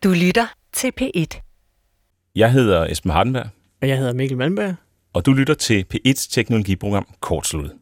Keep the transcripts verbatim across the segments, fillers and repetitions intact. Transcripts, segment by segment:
Du lytter til P et. Jeg hedder Esben Hardenberg. Og jeg hedder Mikkel Malmberg. Og du lytter til P et's teknologiprogram Kortsluttet.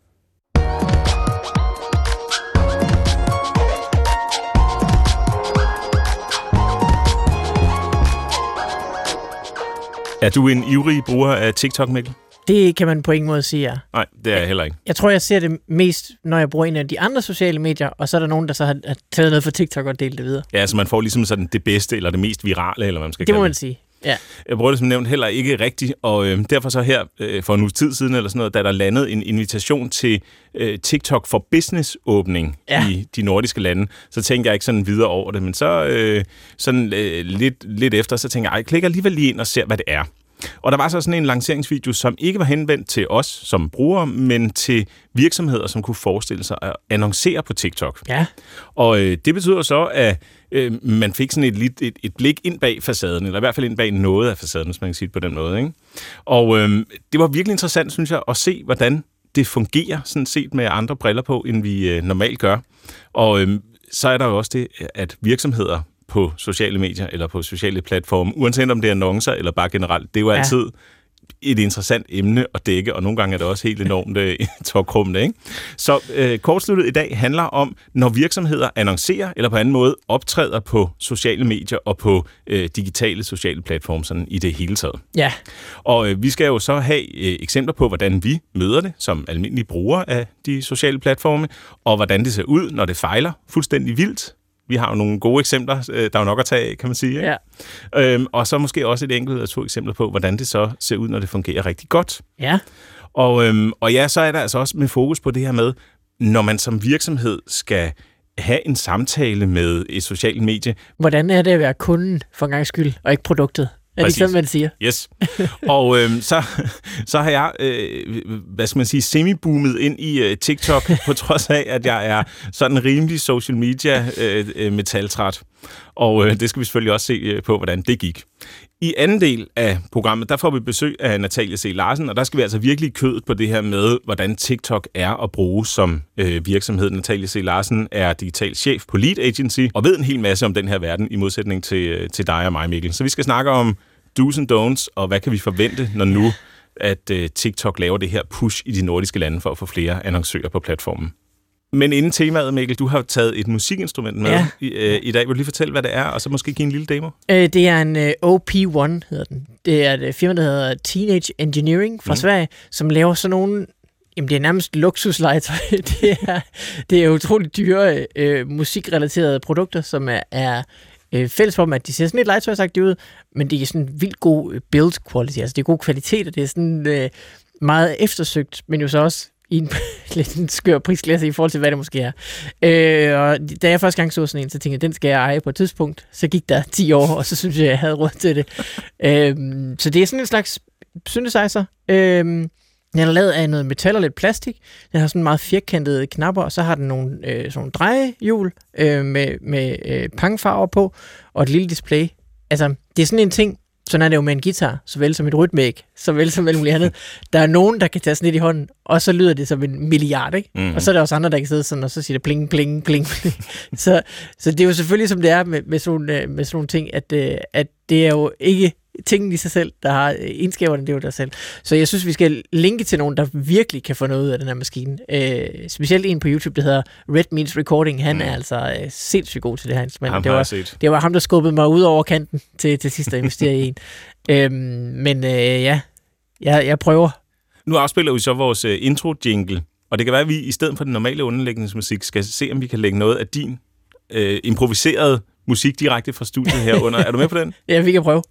Er du en ivrig bruger af TikTok, Mikkel? Det kan man på ingen måde sige, ja. Nej, det er jeg heller ikke. Jeg tror, jeg ser det mest, når jeg bruger en af de andre sociale medier, og så er der nogen, der så har taget noget fra TikTok og delt det videre. Ja, så man får ligesom sådan det bedste, eller det mest virale, eller hvad man skal det kalde det. må man sige, ja. Jeg bruger det som nævnt heller ikke rigtigt, og øh, derfor så her øh, for en uge tid siden, eller sådan noget, da der landede en invitation til øh, TikTok for business-åbning ja. i de nordiske lande, så tænkte jeg ikke sådan videre over det, men så øh, sådan øh, lidt, lidt efter, så tænkte jeg, jeg klikker alligevel lige ind og ser, hvad det er. Og der var så sådan en lanceringsvideo, som ikke var henvendt til os som brugere, men til virksomheder, som kunne forestille sig at annoncere på TikTok. Ja. Og øh, det betyder så, at øh, man fik sådan et, et, et blik ind bag facaden, eller i hvert fald ind bag noget af facaden, hvis man kan sige det på den måde. Ikke? Og øh, det var virkelig interessant, synes jeg, at se, hvordan det fungerer, sådan set med andre briller på, end vi øh, normalt gør. Og øh, så er der jo også det, at virksomheder på sociale medier eller på sociale platforme, uanset om det er annoncer eller bare generelt, det er jo altid ja. et interessant emne at dække, og nogle gange er det også helt enormt øh, tårkrummende, ikke? Så øh, kortsluttet i dag handler om, når virksomheder annoncerer eller på anden måde optræder på sociale medier og på øh, digitale sociale platforme sådan i det hele taget. Ja. Og øh, vi skal jo så have øh, eksempler på, hvordan vi møder det som almindelige brugere af de sociale platforme, og hvordan det ser ud, når det fejler fuldstændig vildt. Vi har jo nogle gode eksempler, der er jo nok at tage af, kan man sige. Ikke? Ja. Øhm, og så måske også et enkelt eller to eksempler på, hvordan det så ser ud, når det fungerer rigtig godt. Ja. Og, øhm, og ja, så er der altså også med fokus på det her med, når man som virksomhed skal have en samtale med et socialt medie. Hvordan er det at være kunden for en gangs skyld, og ikke produktet? Er det sådan, man siger? Yes. Og øhm, så, så har jeg, øh, hvad skal man sige, semi-boomet ind i øh, TikTok, på trods af, at jeg er sådan rimelig social media øh, metaltræt. Og øh, det skal vi selvfølgelig også se øh, på, hvordan det gik. I anden del af programmet, der får vi besøg af Natalie C. Larsen, og der skal vi altså virkelig kødet på det her med, hvordan TikTok er at bruge som øh, virksomhed. Natalie C. Larsen er digital chef på Lead Agency, og ved en hel masse om den her verden, i modsætning til, til dig og mig, Mikkel. Så vi skal snakke om do's and don'ts, og hvad kan vi forvente, når nu at øh, TikTok laver det her push i de nordiske lande for at få flere annoncører på platformen. Men inden temaet, Mikkel, du har taget et musikinstrument med ja. i, øh, i dag. Vil du lige fortælle, hvad det er, og så måske give en lille demo? Øh, det er en øh, O P et, hedder den. Det er et firma, der hedder Teenage Engineering fra mm. Sverige, som laver sådan nogle, jamen det er nærmest luksuslegetøj. det, er, det er utroligt dyre øh, musikrelaterede produkter, som er, er øh, fælles for dem, at de ser sådan lidt legetøjsagtigt ud, men det er sådan vildt god build quality, altså det er god kvalitet, og det er sådan øh, meget eftersøgt, men jo så også i en lidt en skør prisklasse i forhold til, hvad det måske er. Øh, og da jeg første gang så sådan en, så tænkte jeg, den skal jeg eje på et tidspunkt. Så gik der ti år, og så synes jeg, jeg havde råd til det. øh, så det er sådan en slags synthesizer. Øh, den er lavet af noget metal og lidt plastik. Den har sådan meget firkantede knapper, og så har den nogle, øh, sådan nogle drejehjul øh, med, med øh, pangfarver på, og et lille display. Altså, det er sådan en ting, sådan er det jo med en guitar, såvel som et rytmæg, såvel som alt muligt andet. Der er nogen, der kan tage sådan lidt i hånden, og så lyder det som en milliard, ikke? Mm-hmm. Og så er der også andre, der kan sidde sådan, og så siger det pling, pling, pling. så, så det er jo selvfølgelig, som det er med, med, sådan, med sådan nogle ting, at, at det er jo ikke tingene i sig selv, der har egenskaberne, det er jo der selv. Så jeg synes, vi skal linke til nogen, der virkelig kan få noget ud af den her maskine. Øh, specielt en på YouTube, der hedder Red Means Recording. Han mm. er altså øh, sindssygt god til det her instrument. Det var, det var ham, der skubbede mig ud over kanten til, til sidst at investere i en. Øhm, men øh, ja, jeg, jeg prøver. Nu afspiller vi så vores uh, intro-jingle, og det kan være, at vi i stedet for den normale underlægningsmusik skal se, om vi kan lægge noget af din øh, improviserede musik direkte fra studiet herunder. Er du med på den? Ja, vi kan prøve.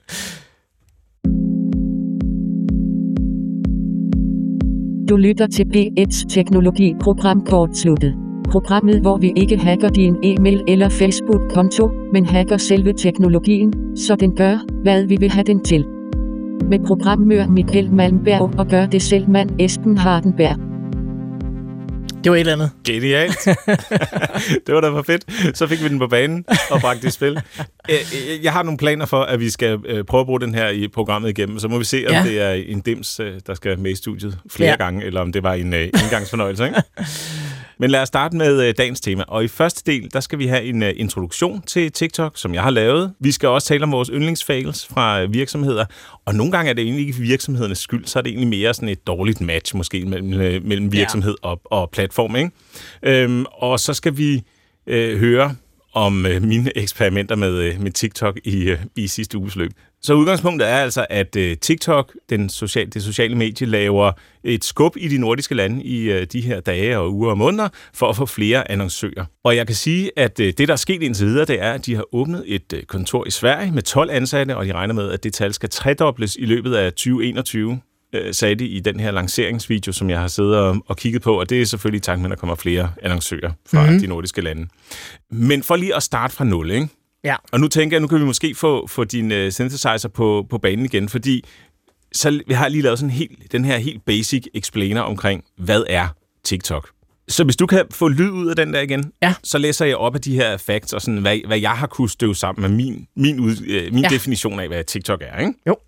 Du lytter til P et's teknologiprogram Kortsluttet. Programmet, hvor vi ikke hacker din e-mail eller Facebook-konto, men hacker selve teknologien, så den gør, hvad vi vil have den til. Med programmør Mikkel Malmberg og gør det selv mand Esben Hardenberg. Det var et eller andet. Genialt. Det var da for fedt. Så fik vi den på banen og bragte det i spil. Jeg har nogle planer for, at vi skal prøve at bruge den her i programmet igennem. Så må vi se, om ja. det er en dims, der skal med i studiet flere ja. gange, eller om det var en indgangsfornøjelse, ikke? Men lad os starte med øh, dagens tema. Og i første del, der skal vi have en øh, introduktion til TikTok, som jeg har lavet. Vi skal også tale om vores yndlingsfails fra øh, virksomheder. Og nogle gange er det egentlig ikke virksomhedernes skyld, så er det egentlig mere sådan et dårligt match måske mellem, øh, mellem virksomhed ja. og, og platform. Ikke? Øhm, og så skal vi øh, høre om øh, mine eksperimenter med, øh, med TikTok i, øh, i sidste uges løb. Så udgangspunktet er altså, at øh, TikTok, den social, det sociale medie, laver et skub i de nordiske lande i øh, de her dage og uger og måneder, for at få flere annoncører. Og jeg kan sige, at øh, det, der er sket indtil videre, det er, at de har åbnet et øh, kontor i Sverige med tolv ansatte, og de regner med, at det tal skal tredobles i løbet af tyve enogtyve, øh, sagde de i den her lanceringsvideo, som jeg har siddet og, og kigget på, og det er selvfølgelig i takt med, at der kommer flere annoncører fra mm-hmm. de nordiske lande. Men for lige at starte fra nul, ikke? Ja. Og nu tænker jeg, nu kan vi måske få, få din uh, synthesizer på, på banen igen, fordi så vi har lige lavet sådan helt, den her helt basic explainer omkring, hvad er TikTok. Så hvis du kan få lyd ud af den der igen, ja. så læser jeg op af de her facts, og sådan, hvad, hvad jeg har kunnet støve sammen med min, min, ud, uh, min ja. definition af, hvad TikTok er, ikke? Jo.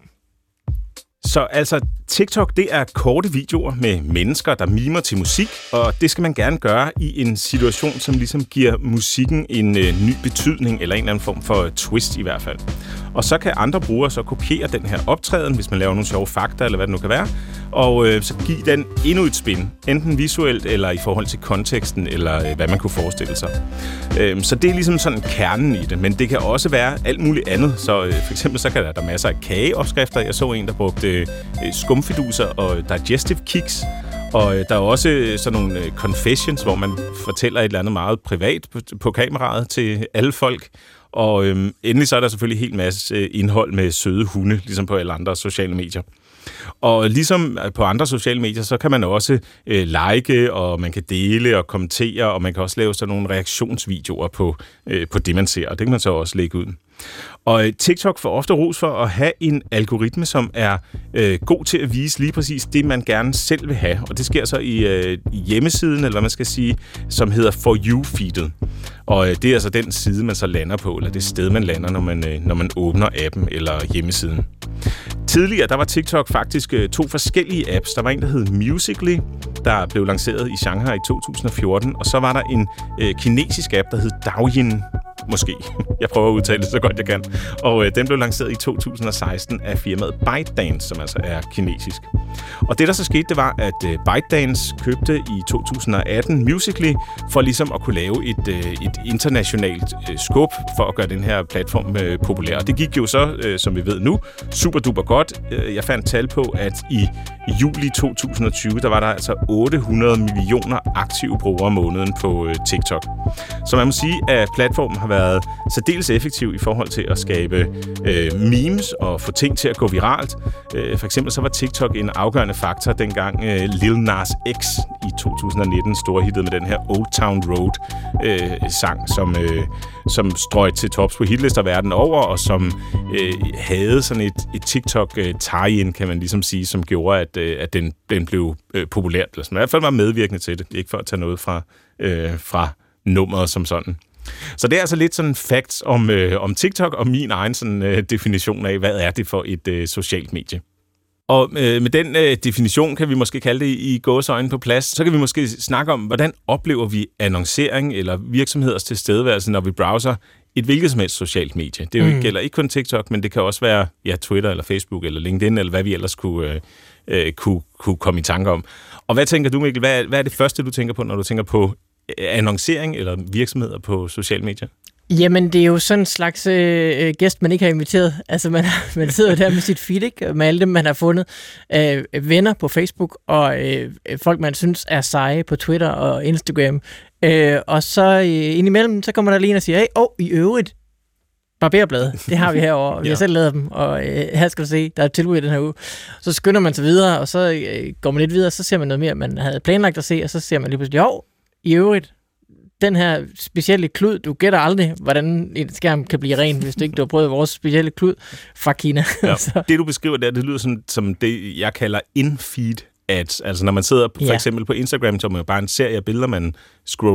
Så altså, TikTok, det er korte videoer med mennesker, der mimer til musik, og det skal man gerne gøre i en situation, som ligesom giver musikken en øh, ny betydning, eller en eller anden form for twist i hvert fald. Og så kan andre brugere så kopiere den her optræden, hvis man laver nogle sjove fakta, eller hvad det nu kan være, og øh, så give den endnu et spin, enten visuelt, eller i forhold til konteksten, eller øh, hvad man kunne forestille sig. Øh, så det er ligesom sådan kernen i det, men det kan også være alt muligt andet. Så øh, for eksempel så kan der, der masser af kageopskrifter. Jeg så en, der brugte øh, skumfiduser og digestive kicks, og øh, der er også øh, sådan nogle øh, confessions, hvor man fortæller et eller andet meget privat på, på kameraet til alle folk. Og øhm, endelig så er der selvfølgelig en hel masse øh, indhold med søde hunde, ligesom på alle andre sociale medier. Og ligesom på andre sociale medier, så kan man også øh, like, og man kan dele og kommentere, og man kan også lave sådan nogle reaktionsvideoer på, øh, på det, man ser, og det kan man så også lægge ud. Og TikTok får ofte ros for at have en algoritme, som er øh, god til at vise lige præcis det, man gerne selv vil have. Og det sker så i, øh, i hjemmesiden, eller hvad man skal sige, som hedder For You-feedet. Og øh, det er altså den side, man så lander på, eller det sted, man lander, når man, øh, når man åbner appen eller hjemmesiden. Tidligere, der var TikTok faktisk øh, to forskellige apps. Der var en, der hed Musical.ly, der blev lanceret i Shanghai i to tusind og fjorten, og så var der en øh, kinesisk app, der hed Douyin. Måske. Jeg prøver at udtale det så godt jeg kan. Og øh, den blev lanceret i to tusind og seksten af firmaet ByteDance, som altså er kinesisk. Og det, der så skete, det var, at øh, ByteDance købte i to tusind og atten Musical.ly for ligesom at kunne lave et, øh, et internationalt øh, skub for at gøre den her platform øh, populær. Og det gik jo så, øh, som vi ved nu, super duper godt. Jeg fandt tal på, at i juli to tusind og tyve, der var der altså otte hundrede millioner aktive brugere om måneden på øh, TikTok. Så man må sige, at platformen har været særdeles effektiv i forhold til at skabe øh, memes og få ting til at gå viralt. Øh, for eksempel så var TikTok en afgørende faktor, dengang øh, Lil Nas X i to tusind og nitten storhittede med den her Old Town Road øh, sang, som, øh, som strøg til tops på hitlister verden over, og som øh, havde sådan et, et TikTok-tie-in, kan man ligesom sige, som gjorde, at, øh, at den, den blev øh, populær. Eller i hvert fald var medvirkende til det. Ikke for at tage noget fra, øh, fra nummeret som sådan. Så det er altså lidt sådan facts om, øh, om TikTok og min egen sådan, øh, definition af, hvad er det for et øh, socialt medie. Og øh, med den øh, definition kan vi måske kalde det i gåseøjne på plads, så kan vi måske snakke om, hvordan oplever vi annoncering eller virksomheders tilstedeværelse, når vi browser et hvilket som helst socialt medie. Det mm. gælder ikke kun TikTok, men det kan også være ja, Twitter eller Facebook eller LinkedIn, eller hvad vi ellers kunne, øh, øh, kunne, kunne komme i tanke om. Og hvad tænker du, Mikkel? Hvad er, hvad er det første, du tænker på, når du tænker på annoncering eller virksomheder på sociale medier? Jamen, det er jo sådan en slags øh, gæst, man ikke har inviteret. Altså, man, man sidder der med sit feed, ikke? Med alle dem, man har fundet. Øh, venner på Facebook, og øh, folk, man synes er seje på Twitter og Instagram. Øh, og så øh, indimellem, så kommer der lige en og siger, hey, åh, oh, i øvrigt, barberblade, det har vi herovre, og vi har ja. selv lavet dem, og øh, her skal du se, der er et tilbud i den her uge. Så skynder man sig videre, og så øh, går man lidt videre, så ser man noget mere, man havde planlagt at se, og så ser man lige pludselig, jo, i øvrigt, den her specielle klud, du gætter aldrig, hvordan en skærm kan blive ren, hvis du ikke du har prøvet vores specielle klud fra Kina. Ja. Det, du beskriver der, det lyder som, som det, jeg kalder in-feed ads. Altså, når man sidder for ja. eksempel på Instagram, så er man bare en serie af billeder, man scroller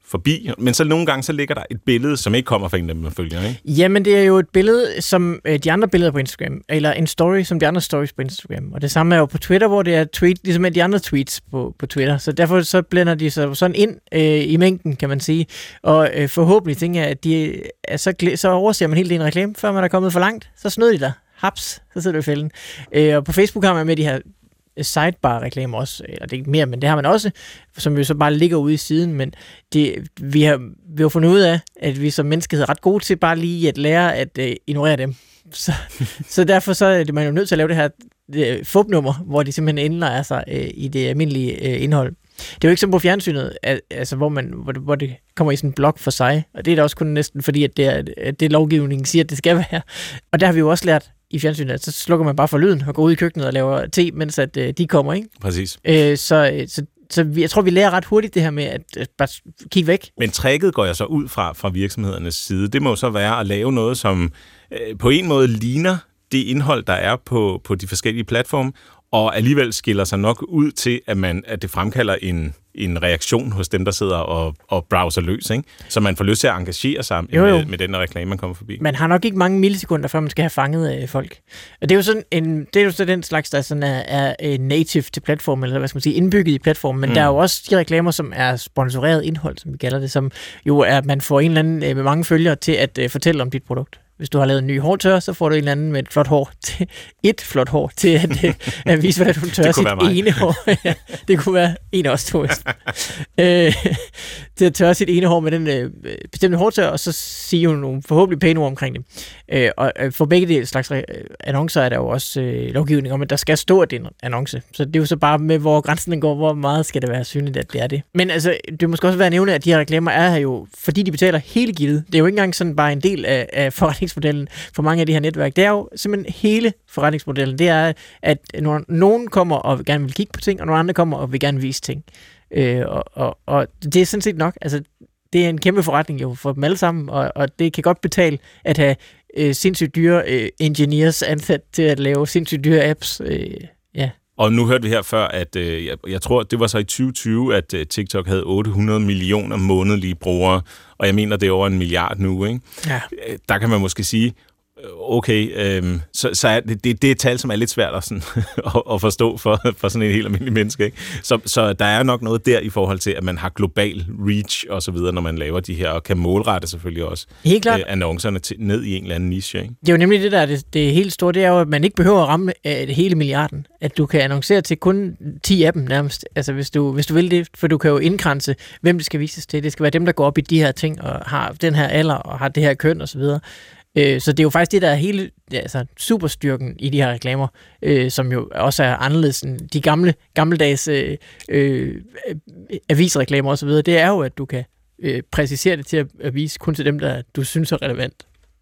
forbi, men så nogle gange så ligger der et billede, som ikke kommer fra en af dem, man følger, ikke? Jamen, det er jo et billede, som øh, de andre billeder på Instagram, eller en story, som de andre stories på Instagram. Og det samme er jo på Twitter, hvor det er tweet, ligesom de andre tweets på, på Twitter. Så derfor så blender de sig sådan ind øh, i mængden, kan man sige. Og øh, forhåbentlig tænker jeg, at de, øh, så, så overser man helt en reklame, før man er kommet for langt. Så snød de der. Haps, så sidder du i fælden. Øh, og på Facebook har man med de her sidebar-reklamer også, eller det er ikke mere, men det har man også, som jo så bare ligger ude i siden, men det, vi har vi har fundet ud af, at vi som menneskehed er ret gode til bare lige at lære at uh, ignorere dem. Så, så derfor så er man jo nødt til at lave det her uh, fupnummer, hvor de simpelthen indlejer sig uh, i det almindelige uh, indhold. Det er jo ikke som på fjernsynet, altså, hvor, man, hvor, det, hvor det kommer i sådan en blok for sig, og det er da også kun næsten fordi, at det, er, at det lovgivningen siger, at det skal være. Og der har vi jo også lært i fjernsynet, så slukker man bare for lyden og går ud i køkkenet og laver te, mens at, øh, de kommer, ikke? Præcis. Øh, så så, så vi, jeg tror, vi lærer ret hurtigt det her med at øh, bare kigge væk. Men tricket går jeg så ud fra fra virksomhedernes side. Det må så være at lave noget, som øh, på en måde ligner det indhold, der er på, på de forskellige platforme, og alligevel skiller sig nok ud til, at, man, at det fremkalder en, en reaktion hos dem, der sidder og, og browser løs, ikke? Så man får lyst til at engagere sig jo, jo. Med, med den reklame, man kommer forbi. Man har nok ikke mange millisekunder, før man skal have fanget øh, folk. Og det er jo sådan en, det er jo så den slags, der sådan er, er, er native til platformen, eller hvad skal man sige, indbygget i platformen. Men mm. der er jo også de reklamer, som er sponsoreret indhold, som vi kalder det, som jo er, at man får en eller anden øh, med mange følgere til at øh, fortælle om dit produkt. Hvis du har lavet en ny hårtør, så får du en eller anden med et flot hår til, et flot hår til at, at vise, hvordan du tørrer sit ene hår. Ja, det kunne være en af os to. øh, til at tørre sit ene hår med den øh, bestemte hårtør, og så sige jo nogle forhåbentlig pæne ord omkring det. Øh, og øh, for begge de slags øh, annoncer er der jo også øh, lovgivning om, at der skal stå, at det er en annonce. Så det er jo så bare med, hvor grænsen går, hvor meget skal det være synligt, at det er det. Men altså, det er måske også være at nævne, at de her reklamer er her jo, fordi de betaler hele gildet. Det er jo ikke engang sådan bare en del af, af forretningsmodellen for mange af de her netværk. Det er jo simpelthen hele forretningsmodellen. Det er, at når nogen kommer og gerne vil kigge på ting, og nogle andre kommer og vil gerne vise ting. Øh, og, og, og det er sådan set nok. Altså, det er en kæmpe forretning jo for dem alle sammen, og, og det kan godt betale at have øh, sindssygt dyre øh, engineers ansat til at lave sindssygt dyre apps. Øh, ja. Og nu hørte vi her før, at øh, jeg, jeg tror, det var så i tyve tyve, at øh, TikTok havde otte hundrede millioner månedlige brugere, og jeg mener, det er over en milliard nu, ikke? Ja. Der kan man måske sige, okay, øhm, så, så er det, det, det er et tal, som er lidt svært at, sådan, at, at forstå for, for sådan en helt almindelig menneske, ikke? Så, så der er nok noget der i forhold til, at man har global reach og så videre, når man laver de her, og kan målrette selvfølgelig også helt klart. Øh, annoncerne til, ned i en eller anden niche, ikke? Det er jo nemlig det der, det, det er helt store, det er jo, at man ikke behøver at ramme øh, det hele milliarden. At du kan annoncere til kun ti af dem nærmest, altså hvis du, hvis du vil det, for du kan jo indkranse, hvem det skal vises til. Det skal være dem, der går op i de her ting, og har den her alder, og har det her køn og så videre. Så det er jo faktisk det, der er hele altså, superstyrken i de her reklamer, øh, som jo også er anderledes end de gamle, gammeldags øh, øh, avisreklamer osv. Det er jo, at du kan øh, præcisere det til at, at vise kun til dem, der du synes er relevant.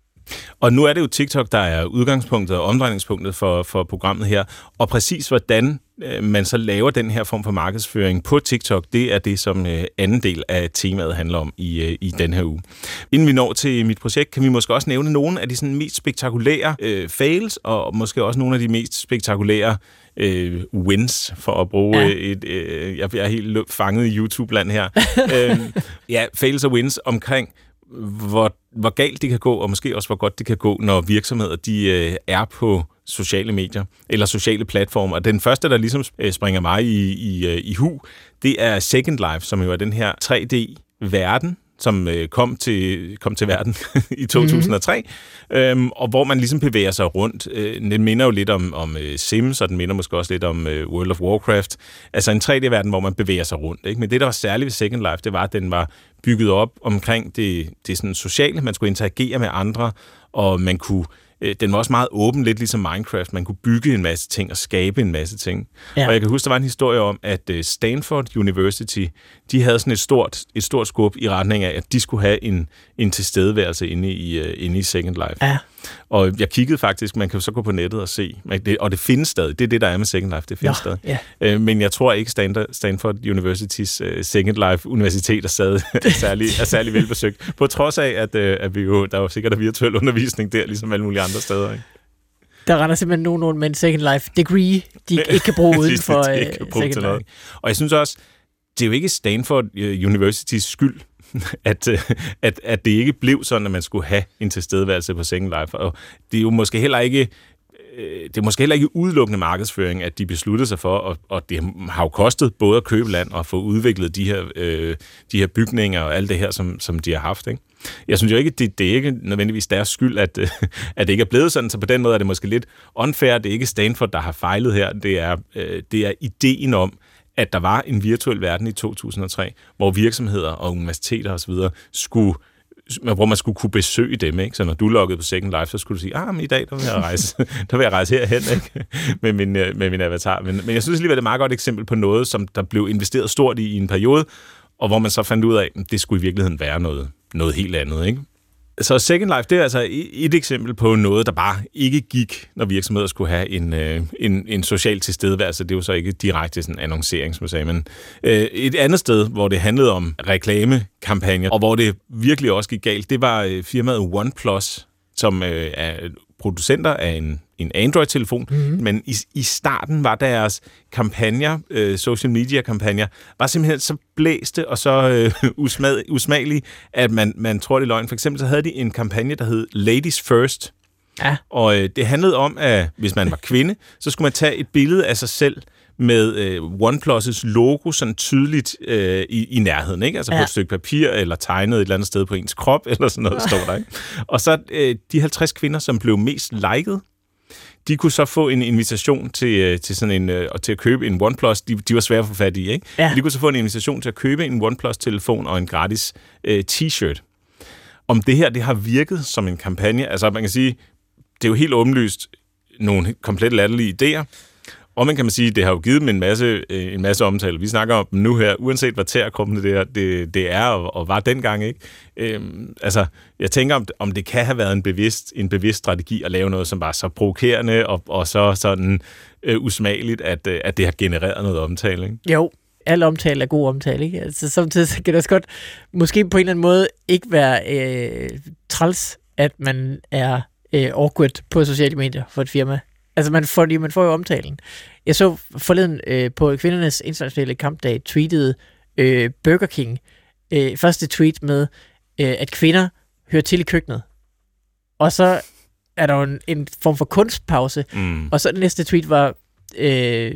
Og nu er det jo TikTok, der er udgangspunktet og omdrejningspunktet for, for programmet her. Og præcis hvordan øh, man så laver den her form for markedsføring på TikTok, det er det, som øh, anden del af temaet handler om i, øh, i den her uge. Inden vi når til mit projekt, kan vi måske også nævne nogle af de sådan, mest spektakulære øh, fails, og måske også nogle af de mest spektakulære øh, wins, for at bruge ja. et... Øh, jeg er helt fanget i YouTube-land her. øh, ja, fails og wins omkring Hvor, hvor galt det kan gå, og måske også hvor godt det kan gå, når virksomheder de, øh, er på sociale medier eller sociale platformer. Den første, der ligesom springer mig i, i, i hu, det er Second Life, som jo er den her tre D-verden, som øh, kom, til, kom til verden i to tusind og tre, mm-hmm. øhm, og hvor man ligesom bevæger sig rundt. Øh, den minder jo lidt om, om uh, Sims, og den minder måske også lidt om uh, World of Warcraft. Altså en tre D-verden, hvor man bevæger sig rundt. Ikke? Men det, der var særligt ved Second Life, det var, at den var bygget op omkring det, det sådan sociale. Man skulle interagere med andre, og man kunne den var også meget åben, lidt ligesom Minecraft. Man kunne bygge en masse ting og skabe en masse ting. Ja. Og jeg kan huske, der var en historie om, at Stanford University, de havde sådan et stort, et stort skub i retning af, at de skulle have en, en tilstedeværelse inde i, inde i Second Life. Ja. Og jeg kiggede faktisk, man kan jo så gå på nettet og se, og det findes stadig. Det er det, der er med Second Life, det findes ja. stadig. Ja. Men jeg tror ikke, Stanford Universitys Second Life Universitet er, stadig, er, særlig, er særlig velbesøgt. På trods af, at, at vi jo, der er jo sikkert er virtuel undervisning der, ligesom alle mulige andre steder. Ikke? Der render simpelthen nogen rundt med en Second Life degree, de ikke kan bruge uden for uh, Second Life. Og jeg synes også, det er jo ikke Stanford Universitys skyld, at, at, at det ikke blev sådan, at man skulle have en tilstedeværelse på Second Life. Og det er jo måske heller ikke det er måske heller ikke udelukkende markedsføring, at de besluttede sig for, og, og det har jo kostet både at købe land og få udviklet de her, øh, de her bygninger og alt det her, som, som de har haft. Ikke? Jeg synes jo ikke, det, det er ikke nødvendigvis deres skyld, at, øh, at det ikke er blevet sådan, så på den måde er det måske lidt unfair. Det er ikke Stanford, der har fejlet her. Det er, øh, det er ideen om, at der var en virtuel verden i to tusind og tre, hvor virksomheder og universiteter osv. skulle hvor man skulle kunne besøge dem, ikke? Så når du loggede på Second Life, så skulle du sige, ah, men i dag, der vil jeg rejse, der vil jeg rejse herhen, ikke? Med min, med min avatar. Men, men jeg synes alligevel, det er et meget godt eksempel på noget, som der blev investeret stort i i en periode, og hvor man så fandt ud af, at det skulle i virkeligheden være noget, noget helt andet, ikke? Så Second Life, det er altså et eksempel på noget, der bare ikke gik, når virksomheder skulle have en, en, en social tilstedeværelse. Det er jo så ikke direkte sådan annoncering, som jeg sagde, men et andet sted, hvor det handlede om reklamekampagner, og hvor det virkelig også gik galt, det var firmaet OnePlus, som er producenter af en, en Android-telefon, mm-hmm. men i, i starten var deres kampagner, øh, social media-kampagner, var simpelthen så blæste og så øh, usmag, usmagelige, at man, man tror, det er løgn. For eksempel så havde de en kampagne, der hed Ladies First, ja. og øh, det handlede om, at hvis man var kvinde, så skulle man tage et billede af sig selv med øh, OnePlus' logo sådan tydeligt øh, i, i nærheden, ikke? Altså ja. på et stykke papir, eller tegnet et eller andet sted på ens krop, eller sådan noget, står der, ikke? Og så øh, de halvtreds kvinder, som blev mest liket, de kunne så få en invitation til, til, sådan en, øh, til at købe en OnePlus. De, de var svære at få fat i, ikke? Ja. De kunne så få en invitation til at købe en OnePlus-telefon og en gratis øh, t-shirt. Om det her, det har virket som en kampagne, altså man kan sige, det er jo helt åbenlyst nogle komplet latterlige idéer, og man kan man sige, det har jo givet dem en masse, en masse omtale. Vi snakker om dem nu her, uanset hvad tærkommende det, er, det, det er og, og var dengang, ikke? Øhm, altså, jeg tænker, om, om det kan have været en bevidst, en bevidst strategi at lave noget, som var så provokerende og, og så sådan øh, usmageligt, at, at det har genereret noget omtale, ikke? Jo, al omtale er god omtale, ikke? Altså, samtidig kan det også godt, måske på en eller anden måde, ikke være øh, træls, at man er øh, awkward på sociale medier for et firma. Altså, man får, man får jo omtalen. Jeg så forleden øh, på kvindernes internationale kampdag, tweetede øh, Burger King øh, første tweet med, øh, at kvinder hører til i køkkenet. Og så er der jo en, en form for kunstpause. Mm. Og så den næste tweet var, øh,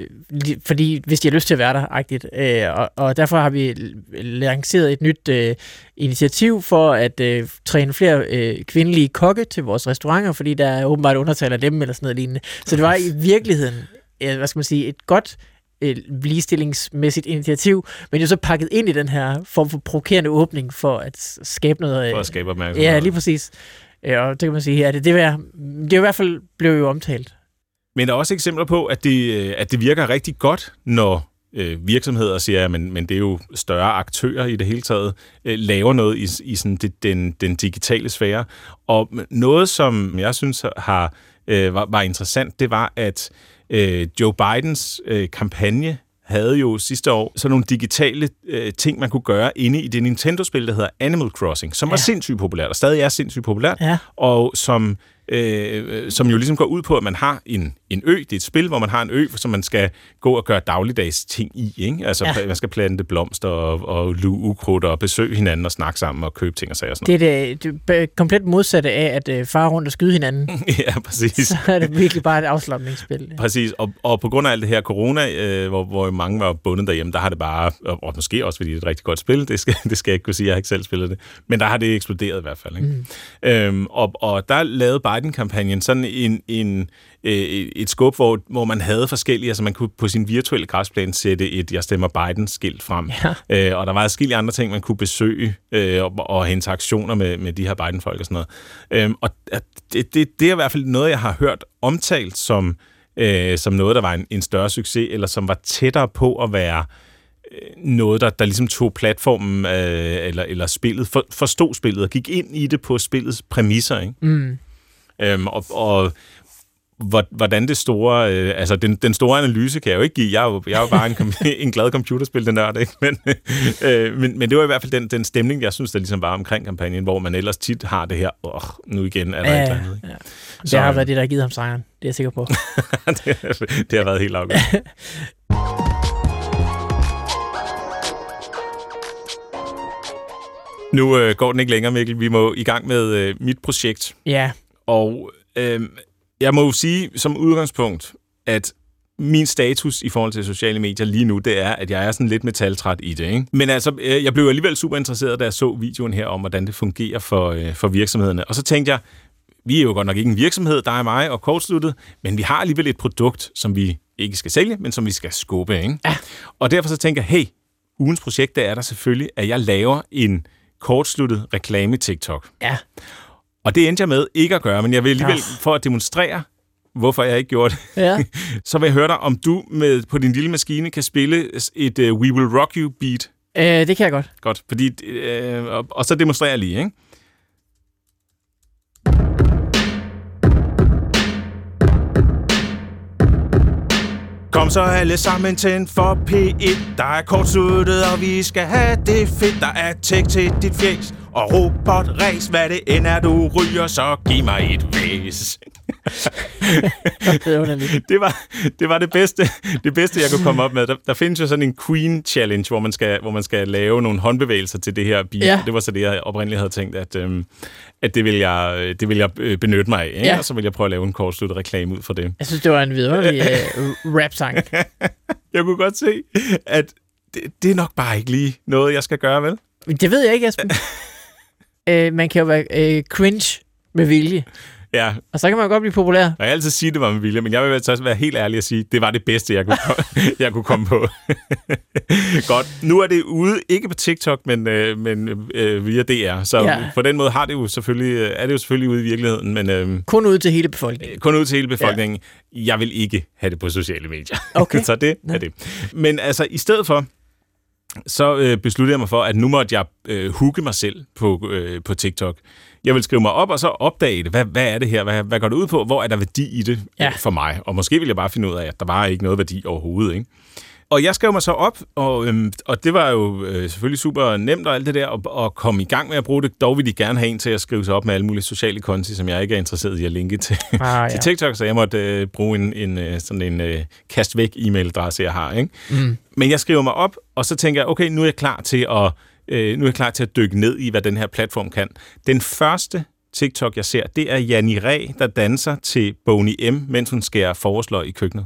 fordi hvis de har lyst til at være der, agtigt. Øh, og, og derfor har vi lanceret et nyt øh, initiativ for at øh, træne flere øh, kvindelige kokke til vores restauranter, fordi der er åbenbart undertal af dem eller sådan noget lignende. Så det var i virkeligheden, øh, hvad skal man sige, et godt øh, ligestillingsmæssigt initiativ, men jo så pakket ind i den her form for provokerende åbning for at skabe noget. Øh, for at skabe opmærksomhed. Ja, lige præcis. Øh, og det kan man sige, ja, det, det, er, det er i hvert fald blev jo omtalt. Men der er også eksempler på, at det, at det virker rigtig godt, når øh, virksomheder siger, men, men det er jo større aktører i det hele taget, øh, laver noget i, i sådan det, den, den digitale sfære. Og noget, som jeg synes har, øh, var, var interessant, det var, at øh, Joe Bidens øh, kampagne havde jo sidste år sådan nogle digitale øh, ting, man kunne gøre inde i det Nintendo-spil, der hedder Animal Crossing, som ja. var sindssygt populært, og stadig er sindssygt populært, ja. og som... Øh, som jo ligesom går ud på, at man har en, en ø. Det er et spil, hvor man har en ø, som man skal gå og gøre dagligdags ting i. Ikke? Altså, ja. man skal plante blomster og, og luge ukrudt og besøge hinanden og snakke sammen og købe ting og sager. Sådan det er det, det komplet modsatte af, at øh, fare rundt og skyde hinanden. Ja, præcis. Så er det virkelig bare et afslapningsspil. Præcis, og, og på grund af alt det her corona, øh, hvor, hvor mange var bundet derhjemme, der har det bare, og, og måske også fordi det er et rigtig godt spil, det skal, det skal jeg ikke kunne sige, jeg har ikke selv spillet det, men der har det eksploderet i hvert fald. Ikke? Mm. Øhm, og, og der lavede Biden-kampagnen sådan en, en, et skub, hvor, hvor man havde forskellige, altså man kunne på sin virtuelle græsplæne sætte et jeg stemmer Biden-skilt frem, ja. øh, og der var forskellige andre ting, man kunne besøge øh, og, og have interaktioner med, med de her Biden-folk og sådan noget. Øhm, og det, det, det er i hvert fald noget, jeg har hørt omtalt som, øh, som noget, der var en, en større succes, eller som var tættere på at være noget, der, der ligesom tog platformen øh, eller, eller spillet, for, forstod spillet og gik ind i det på spillets præmisser, ikke? Mm. Øhm, og, og hvordan det store, øh, altså den, den store analyse kan jeg jo ikke give. Jeg er jo, jeg er jo bare en, en glad computerspil, den nørd, ikke? Men, øh, men, men det var i hvert fald den, den stemning, jeg synes, der ligesom var omkring kampagnen, hvor man ellers tit har det her, åh, nu igen er der ja, et eller andet. Ikke? Ja. Det Så, har været det, der har givet ham sejren. Det er jeg sikker på. det, det har været helt afgørende. Nu øh, går den ikke længere, Mikkel. Vi må i gang med øh, mit projekt. Ja. Og øh, jeg må jo sige som udgangspunkt, at min status i forhold til sociale medier lige nu, det er, at jeg er sådan lidt metaltræt i det. Ikke? Men altså, øh, jeg blev alligevel super interesseret, da jeg så videoen her om, hvordan det fungerer for, øh, for virksomhederne. Og så tænkte jeg, vi er jo godt nok ikke en virksomhed, der er mig og Kortsluttet, men vi har alligevel et produkt, som vi ikke skal sælge, men som vi skal skubbe. Ikke? Ja. Og derfor så tænker jeg, hey, ugens projekt, der er der selvfølgelig, at jeg laver en kortsluttet reklame-TikTok. Ja. Og det endte jeg med ikke at gøre, men jeg vil alligevel, Ja. for at demonstrere, hvorfor jeg ikke gjorde det, Ja. så vil jeg høre dig, om du med, på din lille maskine kan spille et uh, We Will Rock You beat. Øh, det kan jeg godt. Godt, fordi, øh, og, og så demonstrerer jeg lige, ikke? Kom så alle sammen tænd for P et. Der er kortsluttet, og vi skal have det fedt. Der er tech til dit fjes og robotræs. Hvad det end er, du ryger, så giv mig et væs. det, var, det var det bedste, det bedste, jeg kunne komme op med. Der, der findes jo sådan en Queen Challenge, hvor man skal, hvor man skal lave nogle håndbevægelser til det her beat. Ja. Det var så det, jeg oprindeligt havde tænkt, at, øhm, at det, vil jeg, det vil jeg benytte mig af. Ikke? Ja. Og så vil jeg prøve at lave en kortsluttet reklame ud for det. Jeg synes, det var en vidunderlig uh, rap-sang. Jeg kunne godt se, at det, det er nok bare ikke lige noget, jeg skal gøre, vel? Det ved jeg ikke, Esben. uh, man kan jo være uh, cringe med vilje. Ja. Og så kan man jo godt blive populær. Og jeg altid sige, det var med vilje, men jeg vil altså også være helt ærlig og sige, det var det bedste, jeg kunne, jeg kunne komme på. Godt. Nu er det ude, ikke på TikTok, men, øh, men øh, via D R. Så ja. På den måde har det jo selvfølgelig, er det jo selvfølgelig ude i virkeligheden. Men, øh, kun ud til hele befolkningen. Kun ud til hele befolkningen. Ja. Jeg vil ikke have det på sociale medier. Okay. Så det er det. Men altså, i stedet for, så øh, besluttede jeg mig for, at nu måtte jeg øh, hooke mig selv på, øh, på TikTok. Jeg vil skrive mig op, og så opdage det. Hvad, hvad er det her? Hvad, hvad går det ud på? Hvor er der værdi i det ja. for mig? Og måske vil jeg bare finde ud af, at der var ikke noget værdi overhovedet. Ikke? Og jeg skrev mig så op, og, øhm, og det var jo øh, selvfølgelig super nemt og alt det der, at, at komme i gang med at bruge det. Dog vil de gerne have en til at skrive sig op med alle mulige sociale konti, som jeg ikke er interesseret i at linke til, ah, ja. til TikTok, så jeg måtte øh, bruge en, en, sådan en øh, kast væk e-mailadresse, jeg har. Ikke? Mm. Men jeg skriver mig op, og så tænker jeg, okay, nu er jeg klar til at Øh, nu er jeg klar til at dykke ned i, hvad den her platform kan. Den første TikTok, jeg ser, det er Janni Ræ, der danser til Boney M, mens hun skærer forårsløg i køkkenet.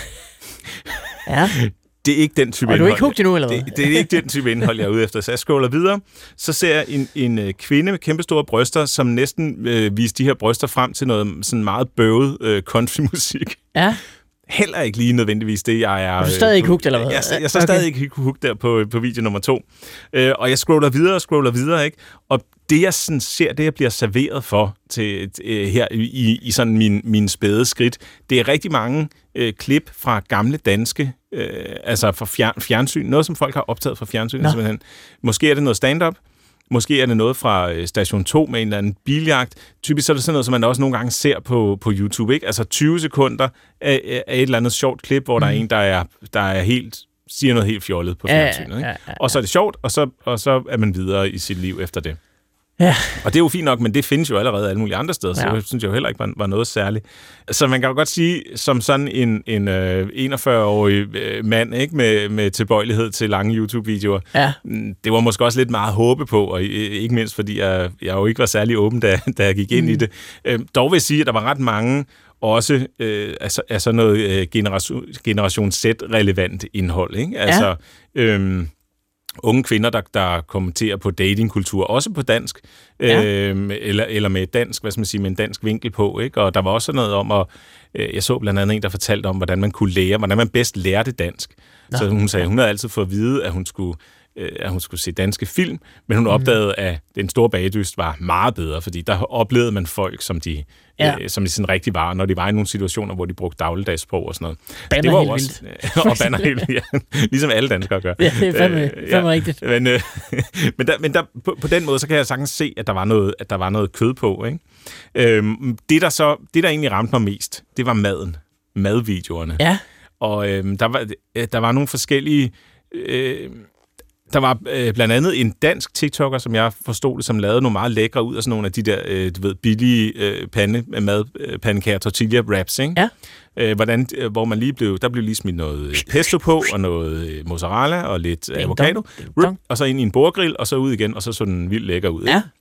Ja. Det er ikke den type indhold. indhold. Og du er ikke hugt endnu, eller hvad? Det, det er ikke den type indhold, jeg er ude efter. Så jeg scroller videre. Så ser jeg en, en kvinde med kæmpe store bryster, som næsten øh, viser de her bryster frem til noget sådan meget bøvet øh, countrymusik. Ja. Heller ikke lige nødvendigvis det, jeg er... Er du stadig ikke hugt, eller hvad? Jeg, jeg, jeg er okay. stadig ikke hugt der på, på video nummer to. Øh, og jeg scroller videre og scroller videre, ikke? Og det, jeg sådan ser, det jeg bliver serveret for til, til, her i, i sådan min, min spæde skridt, det er rigtig mange øh, klip fra gamle danske, øh, altså fra fjern, fjernsyn. Noget, som folk har optaget fra fjernsyn. Simpelthen. Måske er det noget stand-up. Måske er det noget fra Station to med en eller anden biljagt. Typisk så er det sådan noget, som man også nogle gange ser på, på YouTube. Ikke? Altså tyve sekunder af, af et eller andet sjovt klip, hvor mm. der er en, der er, der er helt, siger noget helt fjollet på fjernsynet. Ikke? Ja, ja, ja. Og så er det sjovt, og så, og så er man videre i sit liv efter det. Ja. Og det er jo fint nok, men det findes jo allerede alle mulige andre steder, så ja. Det synes jeg jo heller ikke var, var noget særligt. Så man kan jo godt sige, som sådan en, en øh, enogfyrre-årig øh, mand ikke, med, med tilbøjelighed til lange YouTube-videoer, ja. Det var måske også lidt meget at håbe på, og ikke mindst fordi jeg, jeg jo ikke var særlig åben, da, da jeg gik ind mm. i det. Øh, dog vil jeg sige, at der var ret mange også øh, altså, altså noget øh, generation, generation Z-relevant indhold. Ikke? Altså... Ja. Øh, unge kvinder, der, der kommenterer på datingkultur, også på dansk, ja. øh, eller, eller med dansk, hvad skal man sige, med en dansk vinkel på, ikke? Og der var også noget om, at øh, jeg så blandt andet en, der fortalte om, hvordan man kunne lære, hvordan man bedst lærte dansk. Nå. Så hun sagde, hun havde altid fået at vide, at hun skulle, øh, at hun skulle se danske film, men hun mm. opdagede, at Den Store Bagedyst var meget bedre, fordi der oplevede man folk, som de ja. øh, som de sådan rigtig var, når de var i nogle situationer, hvor de brugte dagligdagssprog og sådan noget. Banner det var helt også, vildt. Og banner helt ja, ligesom alle danskere gør. Ja, det er fandme, øh, fandme ja. rigtigt. Men, øh, men, der, men der, på, på den måde, så kan jeg sagtens se, at der var noget, at der var noget kød på. Ikke? Øhm, det, der så, det, der egentlig ramte mig mest, det var maden. Madvideoerne. Ja. Og øhm, der, var, der var nogle forskellige... Øh, Der var øh, blandt andet en dansk TikToker, som jeg forstod det, som lavede nogle meget lækre ud af sådan nogle af de der, øh, du ved, billige øh, pande, mad, øh, pandekager, tortilla wraps, ikke? Ja. Øh, hvordan, øh, hvor man lige blev, der blev lige smidt noget pesto på, og noget øh, mozzarella, og lidt Ding avocado, dong, ding dong. og så ind i en bordgrill, og så ud igen, og så så den vildt lækker ud. Ikke? Ja.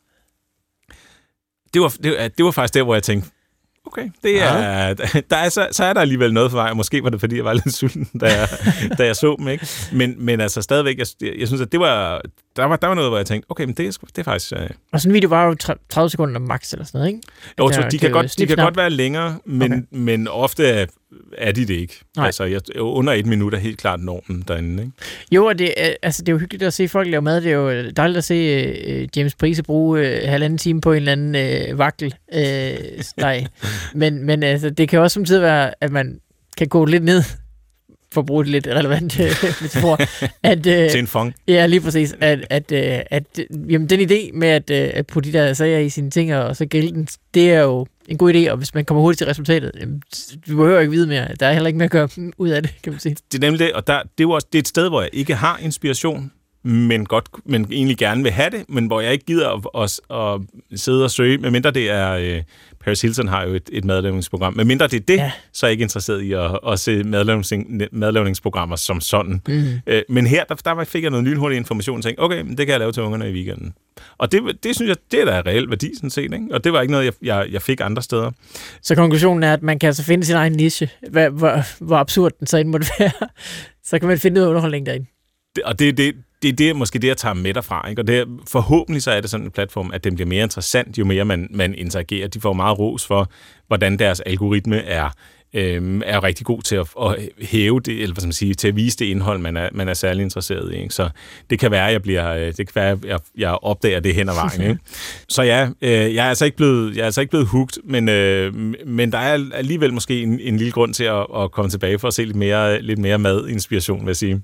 Det var, det, det var faktisk der, hvor jeg tænkte, okay, det er, der er, så, så er der alligevel noget for mig, og måske var det, fordi jeg var lidt sulten, da jeg, da jeg så dem, ikke? Men, men altså stadigvæk, jeg, jeg synes, at det var, der var, der var noget, hvor jeg tænkte, okay, men det, er, det er faktisk... Øh... Og sådan en video var jo tredive sekunder max eller sådan noget, ikke? Jo, Der, de, kan godt, de kan godt være længere, men, okay. men ofte er, er de det ikke. Nej. Altså, jeg, under et minut er helt klart normen derinde, ikke? Jo, og det, altså, det er jo hyggeligt at se folk lave mad. Det er jo dejligt at se uh, James Price bruge uh, halvanden time på en eller anden uh, vakkel uh, steg. men men altså, det kan også samtidig være, at man kan gå lidt ned, for at bruge det lidt relevant metafor. At, uh, Til en fong. Ja, lige præcis. At, at, uh, at jamen, den idé med at, uh, at putte de der sager i sine ting og så gælde den, det er jo en god idé, og hvis man kommer hurtigt til resultatet, jamen, vi behøver ikke vide mere. Der er heller ikke mere at gøre ud af det, kan man sige. Det er nemlig det, og der, det, er jo også, det er et sted, hvor jeg ikke har inspiration, men, godt, men egentlig gerne vil have det, men hvor jeg ikke gider at, at, at sidde og søge, medmindre det er... Øh, Paris Hilton har jo et, et madlavningsprogram. Medmindre det er det, ja. Så er jeg ikke interesseret i at, at se madlavnings, madlavningsprogrammer som sådan. Mm. Øh, men her, der, der fik jeg noget lynhurtig information, og tænkte, okay, det kan jeg lave til ungerne i weekenden. Og det, det synes jeg, det er da reelt værdi, sådan set, ikke? Og det var ikke noget, jeg, jeg, jeg fik andre steder. Så konklusionen er, at man kan altså finde sin egen niche, hvor, hvor, hvor absurd den så ind måtte være. Så kan man finde noget underholdning derinde. Det, og det, det, det er det, måske det, jeg tager med derfra. Ikke? Og det, forhåbentlig så er det sådan en platform, at den bliver mere interessant, jo mere man, man interagerer. De får meget ros for, hvordan deres algoritme er, øhm, er rigtig god til at, at hæve det, eller hvad skal man sige, til at vise det indhold, man er, man er særlig interesseret i. Ikke? Så det kan være, at jeg bliver, det kan være, at jeg, jeg opdager det hen ad vejen. Ikke? Så ja, øh, jeg er altså ikke blevet, jeg er altså ikke blevet hooked, men, øh, men der er alligevel måske en, en lille grund til at, at komme tilbage for at se lidt mere, lidt mere madinspiration, vil jeg sige.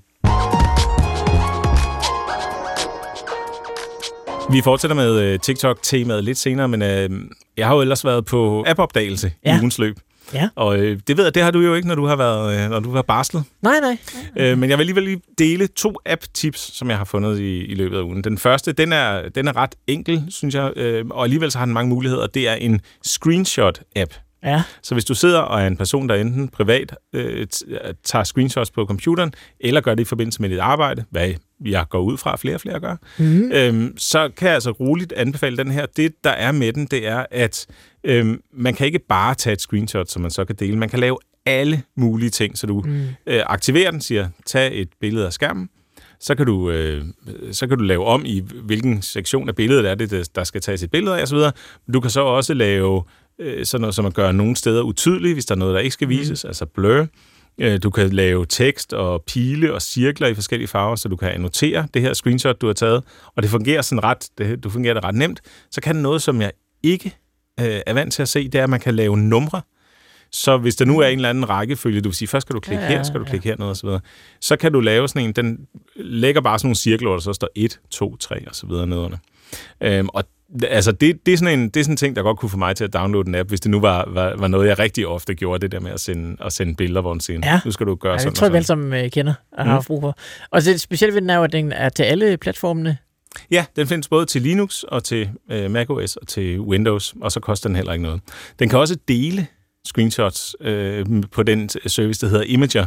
Vi fortsætter med uh, TikTok-temaet lidt senere, men uh, jeg har jo ellers været på app-opdagelse ja. i ugens løb. Ja. Og uh, det ved jeg, det har du jo ikke, når du har været, uh, når du har barslet. Nej, nej. nej. Uh, men jeg vil alligevel lige dele to app-tips, som jeg har fundet i, i løbet af ugen. Den første, den er, den er ret enkel, synes jeg, uh, og alligevel så har den mange muligheder. Det er en screenshot-app. Ja. Så hvis du sidder og er en person, der enten privat øh, tager screenshots på computeren, eller gør det i forbindelse med dit arbejde, hvad jeg går ud fra, flere og flere gør, mm-hmm. øhm, så kan jeg altså roligt anbefale den her. Det, der er med den, det er, at øhm, man kan ikke bare tage et screenshot, som man så kan dele. Man kan lave alle mulige ting, så du mm. øh, aktiverer den, siger, tag et billede af skærmen, så kan du, øh, så kan du lave om i, hvilken sektion af billedet er det, der skal tages et billede af, osv. Du kan så også lave sådan noget, som at gøre nogle steder utydelige, hvis der er noget, der ikke skal vises, mm. altså blur. Du kan lave tekst og pile og cirkler i forskellige farver, så du kan annotere det her screenshot, du har taget, og det fungerer sådan ret, det, du fungerer det ret nemt. Så kan noget, som jeg ikke øh, er vant til at se, det er, at man kan lave numre. Så hvis der nu er en eller anden rækkefølge, du vil sige, først skal du klikke ja, her, skal du klikke ja. her, noget og så videre, så kan du lave sådan en, den lægger bare sådan nogle cirkler, der så står et, to, tre og så videre nedenunder. Øhm, og altså, det, det, er sådan en, det er sådan en ting, der godt kunne få mig til at downloade en app, hvis det nu var, var, var noget, jeg rigtig ofte gjorde, det der med at sende, at sende billeder, hvor den siger, ja. nu skal du gøre ja, sådan og sådan. Det tror jeg vel, som uh, kender og har mm. brug for. Og det specielt ved den er jo, at den er til alle platformene. Ja, den findes både til Linux og til uh, macOS og til Windows, og så koster den heller ikke noget. Den kan også dele screenshots uh, på den service, der hedder Imager.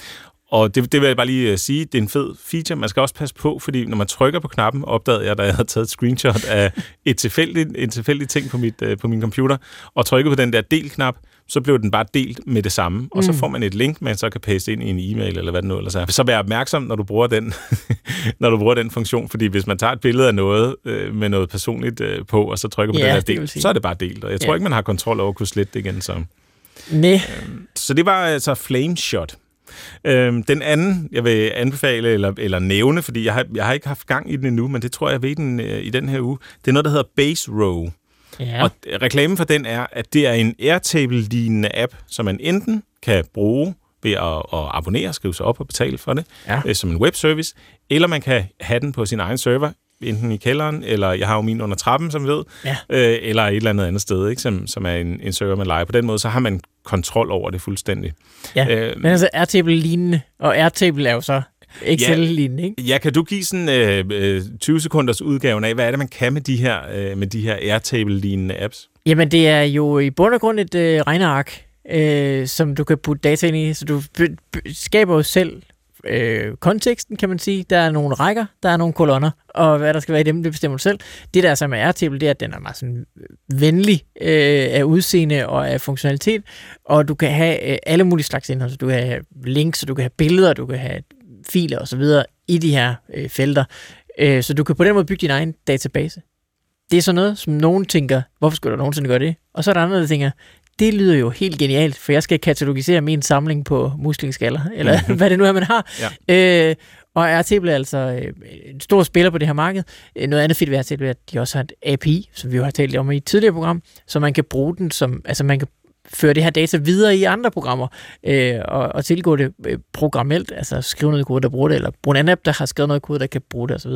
Og det, det vil jeg bare lige uh, sige, det er en fed feature. Man skal også passe på, fordi når man trykker på knappen, opdagede jeg, da jeg havde taget et screenshot af et tilfældigt, en tilfældig ting på, mit, uh, på min computer, og trykkede på den der del-knap, så blev den bare delt med det samme. Mm. Og så får man et link, man så kan paste ind i en e-mail, eller hvad det nu ellers er. Så vær opmærksom, når du bruger den, når du bruger den funktion, fordi hvis man tager et billede af noget øh, med noget personligt øh, på, og så trykker på yeah, den der del, så er det bare delt. Og jeg tror yeah. ikke, man har kontrol over at kunne slette det igen. Så. Nej. Øhm, så det var altså Flameshot. Øhm, den anden, jeg vil anbefale eller, eller nævne, fordi jeg har, jeg har ikke haft gang i den endnu, men det tror jeg ved den øh, i den her uge, det er noget, der hedder Base Row. Ja. Og reklamen for den er, at det er en Airtable-lignende app, som man enten kan bruge ved at, at abonnere, skrive sig op og betale for det, ja. øh, som en webservice, eller man kan have den på sin egen server, enten i kælderen, eller jeg har jo min under trappen, som ved, ja. øh, eller et eller andet andet sted, ikke, som, som er en, en server, man leger. På den måde, så har man kontrol over det fuldstændig. Ja, øh, men altså Airtable-lignende, og Airtable er jo så Excel-lignende, ikke? Ja, kan du give sådan øh, tyve sekunders udgaven af, hvad er det, man kan med de her, øh, med de her Airtable-lignende apps? Jamen, det er jo i bund og grund et øh, regneark, øh, som du kan putte data ind i, så du b- b- skaber jo selv øh, konteksten, kan man sige. Der er nogle rækker, der er nogle kolonner, og hvad der skal være i dem, det bestemmer du selv. Det der så med Airtable, det er, at den er meget sådan venlig øh, af udseende og af funktionalitet, og du kan have øh, alle mulige slags indhold, så du kan have links, og du kan have billeder, du kan have filer osv. i de her øh, felter. Øh, så du kan på den måde bygge din egen database. Det er sådan noget, som nogen tænker, hvorfor skulle du nogensinde gøre det? Og så er der andre, der tænker, det lyder jo helt genialt, for jeg skal katalogisere min samling på muslingeskaller, eller mm-hmm. hvad det nu er, man har. Ja. Øh, og Airtable er altså øh, en stor spiller på det her marked. Noget andet fedt ved Airtable er, at de også har et A P I, som vi jo har talt om i et tidligere program, så man kan bruge den som, altså man kan føre det her data videre i andre programmer, øh, og, og tilgå det øh, programmelt, altså skrive noget kode, der bruger det, eller bruge en anden app, der har skrevet noget kode, der kan bruge det, osv.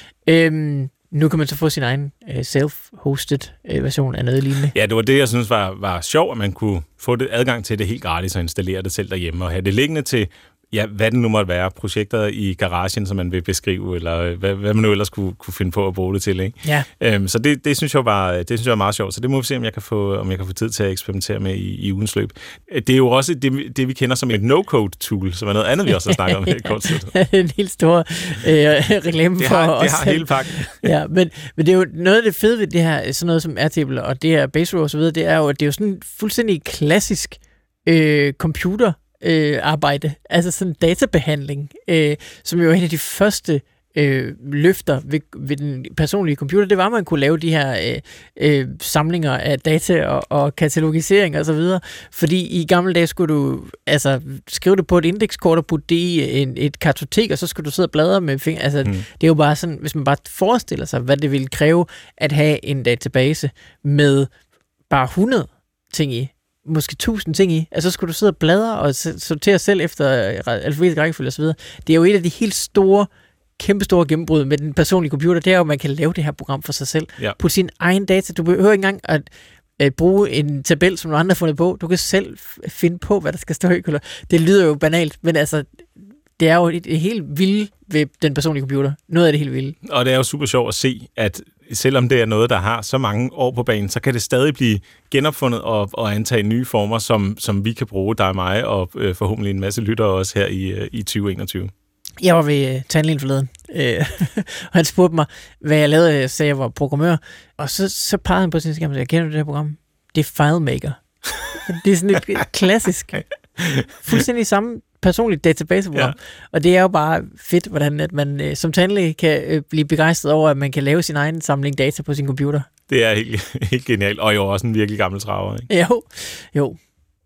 Øhm, nu kan man så få sin egen øh, self-hosted øh, version af noget lignende. Ja, det var det, jeg synes var, var sjovt, at man kunne få det adgang til det helt gratis og installere det selv derhjemme, og have det liggende til, ja, hvad det nu måtte være, projekter i garagen, som man vil beskrive, eller hvad, hvad man nu ellers kunne, kunne finde på at bruge det til, ikke? Ja. Øhm, så det, det, synes jeg var, det synes jeg var meget sjovt, så det må vi se, om jeg kan få, om jeg kan få tid til at eksperimentere med i, i ugens løb. Det er jo også det, det vi kender som et no-code-tool, som er noget andet, vi også har snakket om her i kortsluttet. En helt stor øh, reklame det for har, os. Det har hele pakken. Ja, men, men det er jo noget af det fede ved det her, sådan noget som Airtable og det her Base Row og så videre, det er jo, at det er jo sådan fuldstændig klassisk øh, computer Øh, arbejde, altså sådan databehandling, øh, som jo er en af de første øh, løfter ved, ved den personlige computer, det var, at man kunne lave de her øh, øh, samlinger af data og, og katalogisering og så videre, fordi i gamle dage skulle du altså skrive det på et indekskort og putte det i en, et kartotek, og så skulle du sidde og bladre med fingre, altså mm. det er jo bare sådan, hvis man bare forestiller sig, hvad det ville kræve at have en database med bare hundrede ting i, måske tusind ting i, altså så skulle du sidde og bladre og sortere selv efter alfabetisk rækkefølge og så videre. Det er jo et af de helt store, kæmpe store gennembrud med den personlige computer, det er jo, at man kan lave det her program for sig selv. Ja. På sin egen data. Du behøver ikke engang at, at bruge en tabel, som nogle andre har fundet på. Du kan selv finde på, hvad der skal stå i. Det lyder jo banalt, men altså, det er jo et, et helt vildt ved den personlige computer. Noget af det helt vildt. Og det er jo super sjovt at se, at selvom det er noget, der har så mange år på banen, så kan det stadig blive genopfundet og, og antage nye former, som, som vi kan bruge, dig og mig, og øh, forhåbentlig en masse lyttere også her i, øh, i tyve enogtyve. Jeg var ved tandlægen forleden, øh, og han spurgte mig, hvad jeg lavede. Jeg sagde, jeg var programmør, og så, så pegede han på sin skærm og sagde, jeg kender du det her program? Det er FileMaker. Det er sådan et klassisk, fuldstændig samme personligt databaseprogram. Ja. Og det er jo bare fedt, hvordan at man øh, som tandlæge kan øh, blive begejstret over, at man kan lave sin egen samling data på sin computer. Det er helt, helt genialt, og jo også en virkelig gammel traver, ikke? Jo, jo.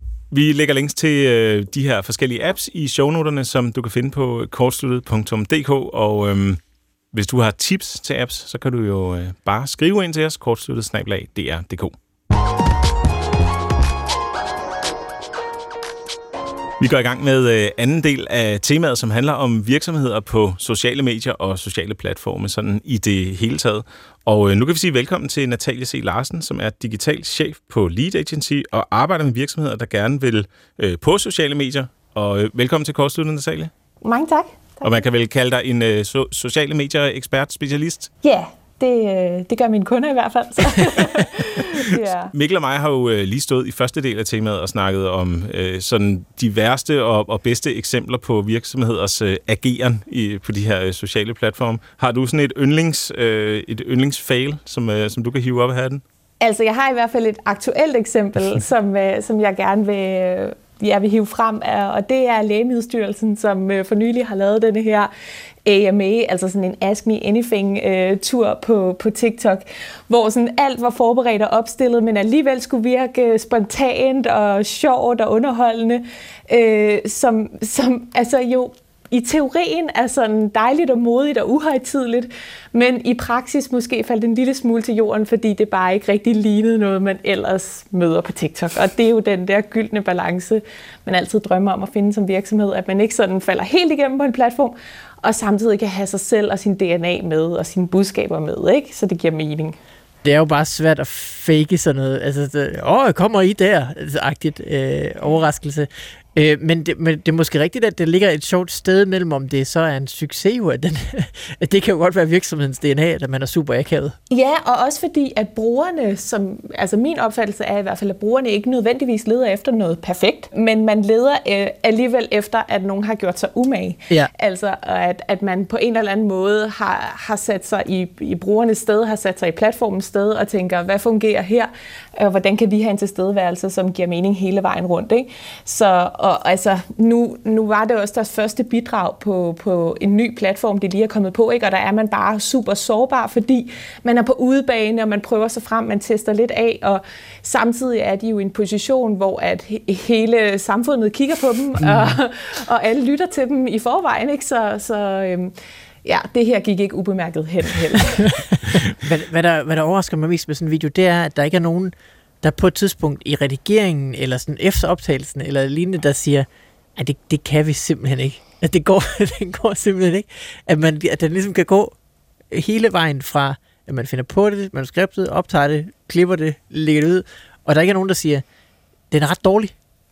Vi lægger links til øh, de her forskellige apps i shownoterne, som du kan finde på kortsluttet punktum d k, og øh, hvis du har tips til apps, så kan du jo øh, bare skrive ind til os, kortsluttet snabel-a d r punktum d k. Vi går i gang med øh, anden del af temaet, som handler om virksomheder på sociale medier og sociale platforme, sådan i det hele taget. Og øh, nu kan vi sige velkommen til Natalie C. Larsen, som er digital chef på Lead Agency og arbejder med virksomheder, der gerne vil øh, på sociale medier. Og øh, velkommen til kortsluttet, Natalie. Mange tak. tak. Og man kan vel kalde dig en øh, so- sociale medier-ekspert, specialist? Ja, yeah, det, det gør mine kunder i hvert fald. Så. Ja. Mikkel og mig har jo øh, lige stået i første del af temaet og snakket om øh, sådan de værste og, og bedste eksempler på virksomheders øh, ageren i, på de her øh, sociale platforme. Har du sådan et yndlings øh, et yndlingsfail, som øh, som du kan hive op af hatten? Altså, jeg har i hvert fald et aktuelt eksempel, som øh, som jeg gerne vil øh, jeg vil hive frem, og det er Lægemiddelstyrelsen, som øh, for nylig har lavet denne her A M A, altså sådan en Ask Me Anything-tur på, på TikTok, hvor sådan alt var forberedt og opstillet, men alligevel skulle virke spontant og sjovt og underholdende, øh, som, som altså jo i teorien er sådan dejligt og modigt og uhøjtideligt, men i praksis måske faldt en lille smule til jorden, fordi det bare ikke rigtig lignede noget, man ellers møder på TikTok. Og det er jo den der gyldne balance, man altid drømmer om at finde som virksomhed, at man ikke sådan falder helt igennem på en platform, og samtidig kan have sig selv og sin D N A med, og sine budskaber med, ikke? Så det giver mening. Det er jo bare svært at fake sådan noget. Altså, åh, kommer I der? Altså, agtigt øh, overraskelse. Øh, men, det, men det er måske rigtigt, at det ligger et sjovt sted mellem, om det så er en succes, jo, at, den, at det kan jo godt være virksomhedens D N A, at man er super akavet. Ja, og også fordi, at brugerne, som, altså min opfattelse er i hvert fald, at brugerne ikke nødvendigvis leder efter noget perfekt, men man leder øh, alligevel efter, at nogen har gjort sig umage. Ja. Altså, at, at man på en eller anden måde har, har sat sig i, i brugernes sted, har sat sig i platformens sted og tænker, hvad fungerer her, og hvordan kan vi have en tilstedeværelse, som giver mening hele vejen rundt, ikke? Så, og altså, nu, nu var det også deres første bidrag på, på en ny platform, det lige er kommet på, ikke? Og der er man bare super sårbar, fordi man er på udebane, og man prøver sig frem, man tester lidt af, og samtidig er de jo i en position, hvor at he- hele samfundet kigger på dem, mm. og, og alle lytter til dem i forvejen, ikke? Så, så øhm, ja, det her gik ikke ubemærket hen heller. hvad, hvad, der, hvad der overrasker mig mest med sådan en video, det er, at der ikke er nogen, der på et tidspunkt i redigeringen, eller sådan efter optagelsen, eller lignende, der siger, at det, det kan vi simpelthen ikke. At det går, det går simpelthen ikke. At, man, at den ligesom kan gå hele vejen fra, at man finder på det, manuskriptet, optager det, klipper det, lægger det ud, og der ikke er nogen, der siger, den er ret dårlig.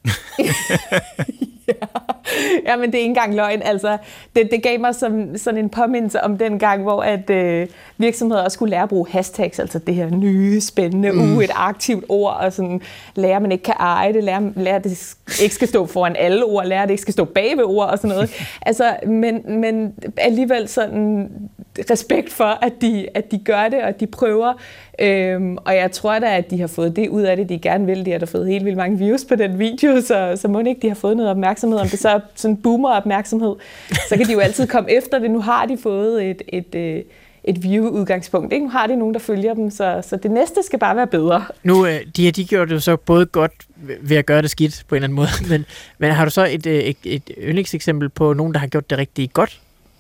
ja. ja, men det er ikke engang løgn. Altså, det, det gav mig som, sådan en påmindelse om den gang, hvor at, øh, virksomheder også skulle lære at bruge hashtags, altså det her nye, spændende, mm. uh, et aktivt ord, og sådan lære, at man ikke kan eje det, lære, lære at det ikke skal stå foran alle ord, lære, at det ikke skal stå bag ved ord og sådan noget. Altså, men, men alligevel sådan respekt for, at de, at de gør det, og at de prøver. Øhm, og jeg tror da, at de har fået det ud af det, de gerne vil. De har da fået helt vildt mange views på den video, så, så må ikke de har fået noget opmærksomhed. Om det så er sådan boomer-opmærksomhed, så kan de jo altid komme efter det. Nu har de fået et, et, et, et view-udgangspunkt. Ikke? Nu har de nogen, der følger dem, så, så det næste skal bare være bedre. Nu, de her, de gjorde det jo så både godt ved at gøre det skidt på en eller anden måde, men, men har du så et, et, et yndlingseksempel på nogen, der har gjort det rigtig godt?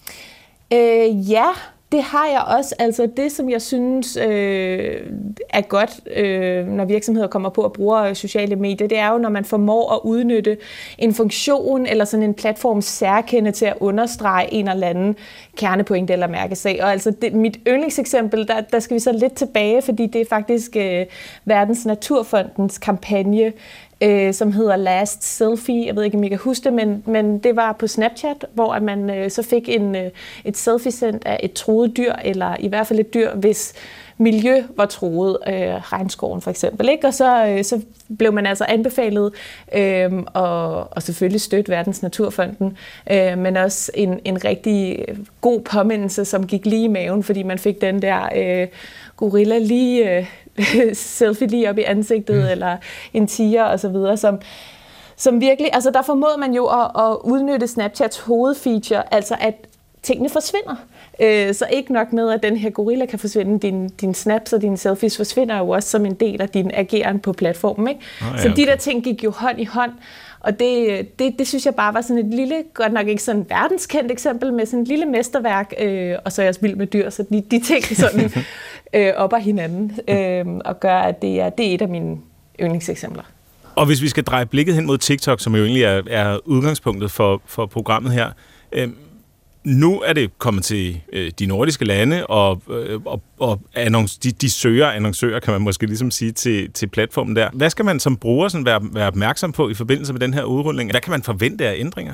Øh, ja, det har jeg også. Altså det, som jeg synes øh, er godt, øh, når virksomheder kommer på at bruge sociale medier, det er jo, når man formår at udnytte en funktion eller sådan en platforms særkende til at understrege en eller anden kernepointe eller mærkesag. Og altså det, mit yndlingseksempel, der, der skal vi så lidt tilbage, fordi det er faktisk øh, Verdens Naturfondens kampagne, Øh, som hedder Last Selfie. Jeg ved ikke, om I kan huske det, men, men det var på Snapchat, hvor at man øh, så fik en, øh, et selfie sendt af et truet dyr, eller i hvert fald et dyr, hvis miljø var truet, øh, regnskoven for eksempel. Ikke? Og så, øh, så blev man altså anbefalet øh, og, og selvfølgelig støtte Verdens Naturfonden, øh, men også en, en rigtig god påmindelse, som gik lige i maven, fordi man fik den der øh, gorilla lige... Øh, selfie lige op i ansigtet, mm. eller en tiger og så videre, som, som virkelig, altså der formåede man jo at, at udnytte Snapchats hovedfeature, altså at tingene forsvinder. Øh, så ikke nok med, at den her gorilla kan forsvinde, din, din snaps og dine selfies forsvinder jo også som en del af din ageren på platformen, ikke? Oh, ja, så okay. De der ting gik jo hånd i hånd, og det, det, det synes jeg bare var sådan et lille, godt nok ikke sådan verdenskendt eksempel, med sådan et lille mesterværk, øh, og så er jeg også vild med dyr, så de, de ting sådan øh, op ad hinanden, øh, og gør, at det er, det er et af mine yndlingseksempler. Og hvis vi skal dreje blikket hen mod TikTok, som jo egentlig er, er udgangspunktet for, for programmet her, øh, nu er det kommet til øh, de nordiske lande, og, øh, og, og annonc- de, de søger annoncører, kan man måske ligesom sige, til, til platformen der. Hvad skal man som bruger sådan være, være opmærksom på i forbindelse med den her udrulning? Hvad kan man forvente af ændringer?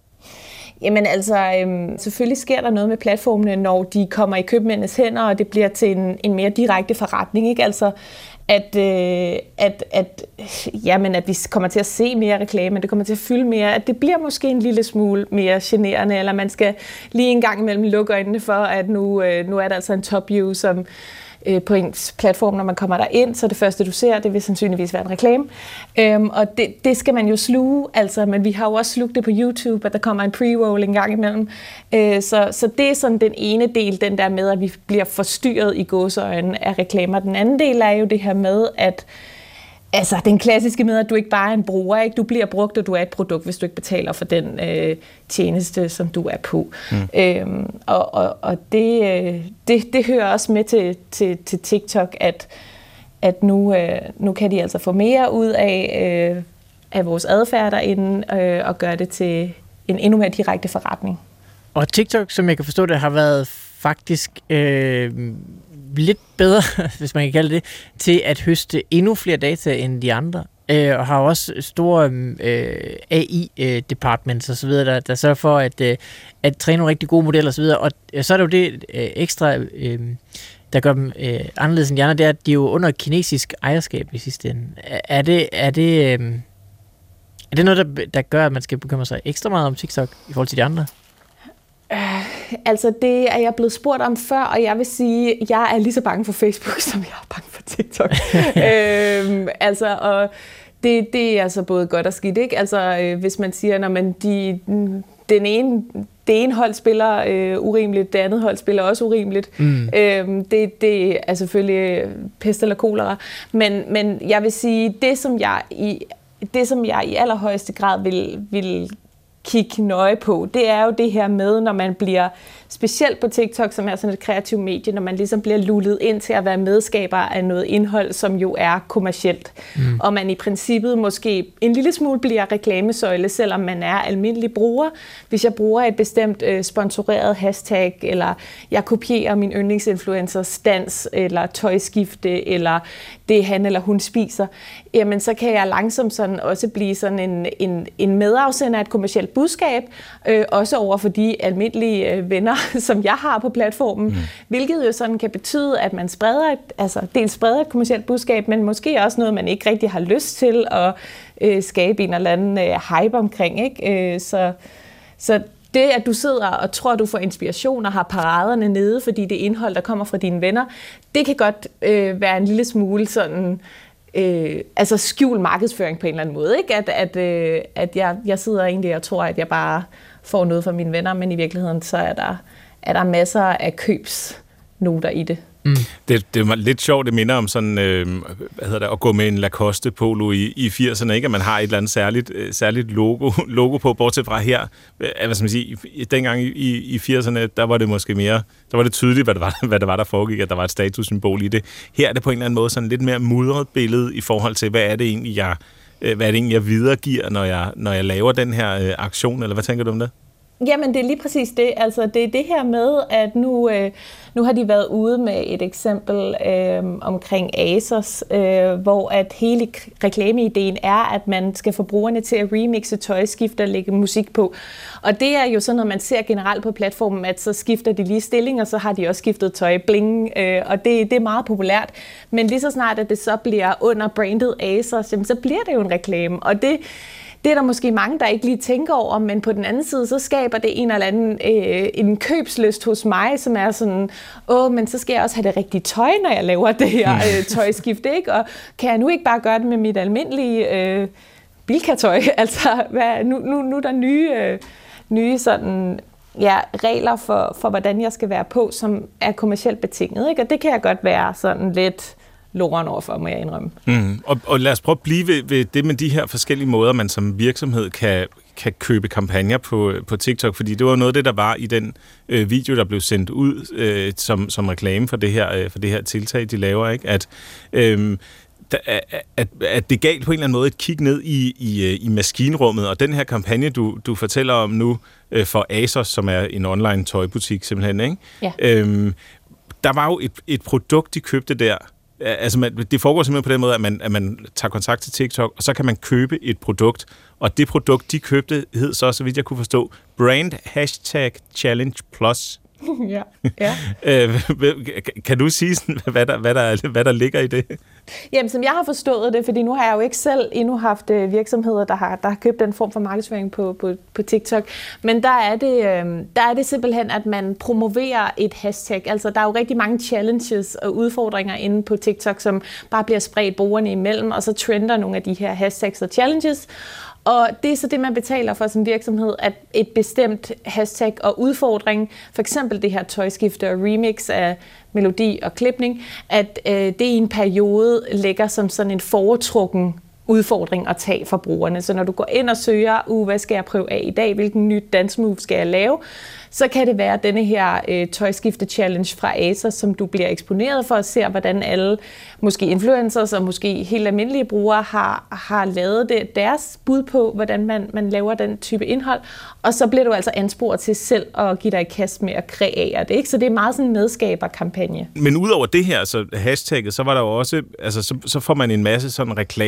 Jamen altså, øhm, selvfølgelig sker der noget med platformene, når de kommer i købmændenes hænder, og det bliver til en, en mere direkte forretning, ikke? Altså, at, øh, at, at, jamen, at vi kommer til at se mere reklame, det kommer til at fylde mere, at det bliver måske en lille smule mere generende, eller man skal lige en gang imellem lukke øjnene for, at nu, øh, nu er der altså en top view, som øh, på ens platform, når man kommer der ind, så det første, du ser, det vil sandsynligvis være en reklame. Øhm, og det, det skal man jo sluge, altså, men vi har jo også slugt det på YouTube, at der kommer en pre-roll en gang imellem. Øh, så, så det er sådan den ene del, den der med, at vi bliver forstyrret i gåseøjne af reklamer. Den anden del er jo det her med, at altså, den klassiske med, at du ikke bare er en bruger, ikke? Du bliver brugt, og du er et produkt, hvis du ikke betaler for den øh, tjeneste, som du er på. Mm. Øhm, og og, og det, øh, det, det hører også med til, til, til TikTok, at, at nu, øh, nu kan de altså få mere ud af, øh, af vores adfærd derinde, øh, og gøre det til en endnu mere direkte forretning. Og TikTok, som jeg kan forstå det, har været faktisk øh, lidt bedre, hvis man kan kalde det, til at høste endnu flere data end de andre øh, og har også store øh, A I-departments og så videre, der, der sørger for at, øh, at træne nogle rigtig gode modeller og så videre. Og øh, så er det jo det øh, ekstra, øh, der gør dem øh, anderledes end de andre, det er, at de er jo under kinesisk ejerskab i sidste ende. Er det, er det, øh, er det noget, der, der gør, at man skal bekymre sig ekstra meget om TikTok i forhold til de andre? Uh, altså, det er jeg blevet spurgt om før, og jeg vil sige, at jeg er lige så bange for Facebook, som jeg er bange for TikTok. øhm, altså, og det, det er altså både godt og skidt, ikke? Altså, øh, hvis man siger, når man de, den ene, det ene hold spiller øh, urimeligt, det andet hold spiller også urimeligt. Mm. Øhm, det, det er selvfølgelig pest eller kolera. Men, men jeg vil sige, det som jeg i, det, som jeg i allerhøjeste grad vil, vil kigge nøje på, det er jo det her med, når man bliver, specielt på TikTok, som er sådan et kreativt medie, når man ligesom bliver lullet ind til at være medskaber af noget indhold, som jo er kommercielt. Mm. Og man i princippet måske en lille smule bliver reklamesøjle, selvom man er almindelig bruger. Hvis jeg bruger et bestemt øh, sponsoreret hashtag, eller jeg kopierer min yndlingsinfluencers dans, eller tøjskifte, eller det han eller hun spiser, jamen så kan jeg langsomt sådan også blive sådan en, en, en medafsender af et kommercielt budskab, øh, også over for de almindelige øh, venner, som jeg har på platformen, mm. hvilket jo sådan kan betyde, at man spreder et, altså dels spreder et kommercielt budskab, men måske også noget, man ikke rigtig har lyst til at øh, skabe en eller anden øh, hype omkring, ikke? Øh, så, så det, at du sidder og tror, du får inspiration og har paraderne nede, fordi det er indhold, der kommer fra dine venner, det kan godt øh, være en lille smule sådan, øh, altså skjult markedsføring på en eller anden måde, ikke? At, at, øh, at jeg, jeg sidder egentlig og tror, at jeg bare får noget fra mine venner, men i virkeligheden så er der, er der masser af købsnoter i det. Mm. Det, det er lidt sjovt, det minder om sådan, øh, hvad hedder det, at gå med en Lacoste polo i, i firserne, ikke? At man har et eller andet særligt, særligt logo, logo på, bortset fra her. Hvad skal man sige, dengang i, i firserne, der var det måske mere, der var det tydeligt, hvad det var, hvad det var, der foregik, at der var et statussymbol i det. Her er det på en eller anden måde sådan lidt mere mudret billede i forhold til, hvad er det egentlig, jeg, hvad er det egentlig, jeg videregiver, når jeg, når jeg laver den her øh, aktion, eller hvad tænker du om det? Jamen, det er lige præcis det. Altså, det er det her med, at nu, øh, nu har de været ude med et eksempel øh, omkring Asos, øh, hvor at hele reklameideen er, at man skal få brugerne til at remixe tøjskifte og lægge musik på. Og det er jo sådan noget, man ser generelt på platformen, at så skifter de lige stilling, og så har de også skiftet tøj, bling, øh, og det, det er meget populært. Men lige så snart, at det så bliver under brandet Asos, jamen, så bliver det jo en reklame, og det Det er der måske mange, der ikke lige tænker over, men på den anden side, så skaber det en eller anden øh, en købslyst hos mig, som er sådan, åh, men så skal jeg også have det rigtige tøj, når jeg laver det her øh, tøjskifte, ikke? Og kan jeg nu ikke bare gøre det med mit almindelige øh, bilkartøj? Altså, hvad, nu, nu, nu er der nye, øh, nye sådan, ja, regler for, for, hvordan jeg skal være på, som er kommercielt betinget, ikke? Og det kan jeg godt være sådan lidt loren overfor, må jeg indrømme. Mm. Og, og lad os prøve at blive ved, ved det med de her forskellige måder, man som virksomhed kan, kan købe kampagner på, på TikTok, fordi det var noget af det, der var i den øh, video, der blev sendt ud øh, som, som reklame for det her, øh, for det her tiltag, de laver, ikke? At, øh, at, at det galt på en eller anden måde et kig ned i, i, i maskinrummet, og den her kampagne, du, du fortæller om nu øh, for Asos, som er en online tøjbutik simpelthen, ikke? Ja. Øh, der var jo et, et produkt, de købte der. Altså, man, det foregår simpelthen på den måde, at man, at man tager kontakt til TikTok, og så kan man købe et produkt. Og det produkt, de købte, hed så, så vidt jeg kunne forstå, Brand Hashtag Challenge Plus. Ja. Ja. Kan du sige, sådan, hvad, der, hvad, der, hvad der ligger i det? Jamen, som jeg har forstået det, fordi nu har jeg jo ikke selv endnu haft virksomheder, der har, der har købt den form for markedsføring på, på, på TikTok, men der er, det, der er det simpelthen, at man promoverer et hashtag. Altså, der er jo rigtig mange challenges og udfordringer inde på TikTok, som bare bliver spredt brugerne imellem, og så trender nogle af de her hashtags og challenges. Og det er så det, man betaler for som virksomhed, at et bestemt hashtag og udfordring, for eksempel det her tøjskifte og remix af melodi og klipning, at øh, det i en periode ligger som sådan en foretrukken udfordring at tage for brugerne. Så når du går ind og søger, uh, hvad skal jeg prøve af i dag, hvilken ny dansmove skal jeg lave, så kan det være denne her øh, tøjskifte-challenge fra Asos, som du bliver eksponeret for at se, hvordan alle, måske influencers og måske helt almindelige brugere, har, har lavet det, deres bud på, hvordan man, man laver den type indhold. Og så bliver du altså ansporet til selv at give dig i kast med at kreere det, ikke? Så det er meget sådan en medskaberkampagne. Men udover det her, så hashtagget, så var der jo også, altså så, så får man en masse sådan reklamer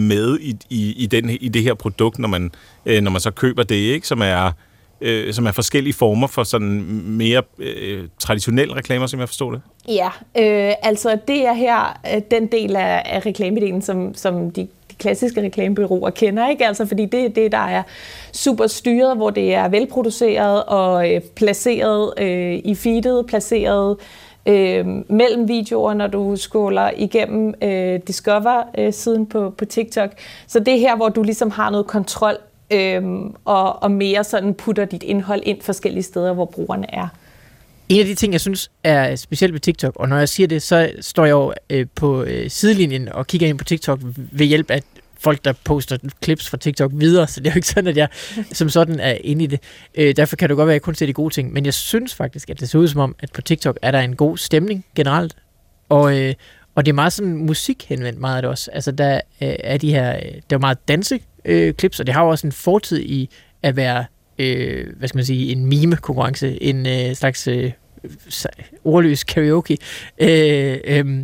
med i, i, i, den, i det her produkt, når man, øh, når man så køber det, ikke? Som er, øh, som er forskellige former for sådan mere øh, traditionelle reklamer, som jeg forstår det? Ja, øh, altså det er her den del af, af reklamedelen, som, som de klassiske reklamebureauer kender, ikke? Altså, fordi det er det, der er super styret, hvor det er velproduceret og øh, placeret øh, i feedet, placeret øh, mellem videoer, når du scroller igennem øh, Discover-siden øh, på, på TikTok. Så det er her, hvor du ligesom har noget kontrol øh, og, og mere sådan putter dit indhold ind forskellige steder, hvor brugerne er. En af de ting, jeg synes er specielt ved TikTok, og når jeg siger det, så står jeg jo øh, på øh, sidelinjen og kigger ind på TikTok ved hjælp af folk, der poster clips fra TikTok videre, så det er jo ikke sådan, at jeg som sådan er inde i det. Øh, derfor kan det godt være, at jeg kun ser de gode ting, men jeg synes faktisk, at det ser ud som om, at på TikTok er der en god stemning generelt, og, øh, og det er meget sådan musikhenvendt meget af det også. Altså der øh, er de her, der er meget danseclips, og det har jo også en fortid i at være Øh, hvad skal man sige, en mime-konkurrence, en øh, slags øh, ordløs karaoke. Øh, øh,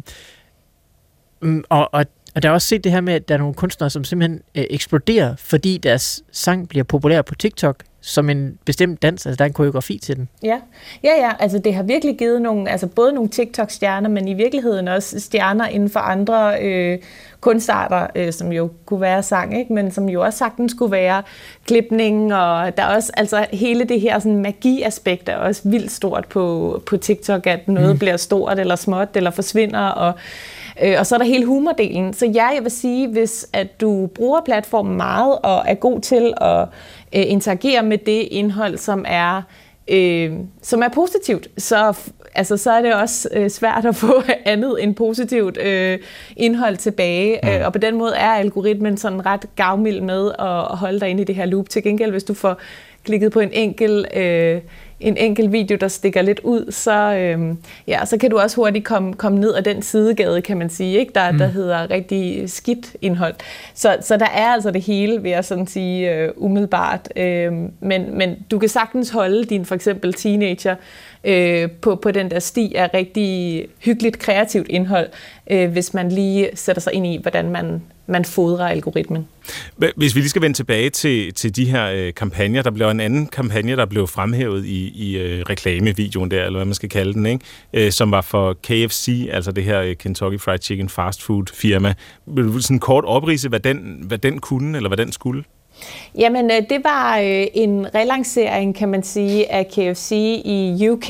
og, og, og der er også set det her med, at der er nogle kunstnere, som simpelthen øh, eksploderer, fordi deres sang bliver populær på TikTok som en bestemt dans, altså der er en koreografi til den. Ja, ja, ja, altså det har virkelig givet nogle, altså både nogle TikTok-stjerner, men i virkeligheden også stjerner inden for andre øh, kunstarter, øh, som jo kunne være sang, ikke? Men som jo også sagtens kunne være klipning, og der er også, altså hele det her sådan magi-aspekt er også vildt stort på, på TikTok, at noget mm. bliver stort eller småt eller forsvinder, og Øh, og så er der hele humordelen. Så ja, jeg vil sige, hvis at du bruger platformen meget og er god til at øh, interagere med det indhold, som er, øh, som er positivt, så, altså, så er det også øh, svært at få andet end positivt øh, indhold tilbage. Mm. Øh, og på den måde er algoritmen sådan ret gavmild med at holde dig inde i det her loop. Til gengæld, hvis du får klikket på en enkelt øh, en enkelt video, der stikker lidt ud, så, øhm, ja, så kan du også hurtigt komme, komme ned ad den sidegade, kan man sige, ikke? Der, mm. der hedder rigtig skidt indhold. Så, så der er altså det hele, vil jeg sådan sige, øh, umiddelbart. Øh, men, men du kan sagtens holde din for eksempel teenager øh, på, på den der sti af rigtig hyggeligt, kreativt indhold, øh, hvis man lige sætter sig ind i, hvordan man man fodrer algoritmen. Hvis vi lige skal vende tilbage til, til de her øh, kampagner, der blev en anden kampagne, der blev fremhævet i, i øh, reklamevideoen der, eller hvad man skal kalde den, ikke? Øh, som var for K F C, altså det her øh, Kentucky Fried Chicken fast food firma. Vil du sådan kort opridse, hvad den, hvad den kunne, eller hvad den skulle? Jamen, det var en relancering, kan man sige, af K F C i U K.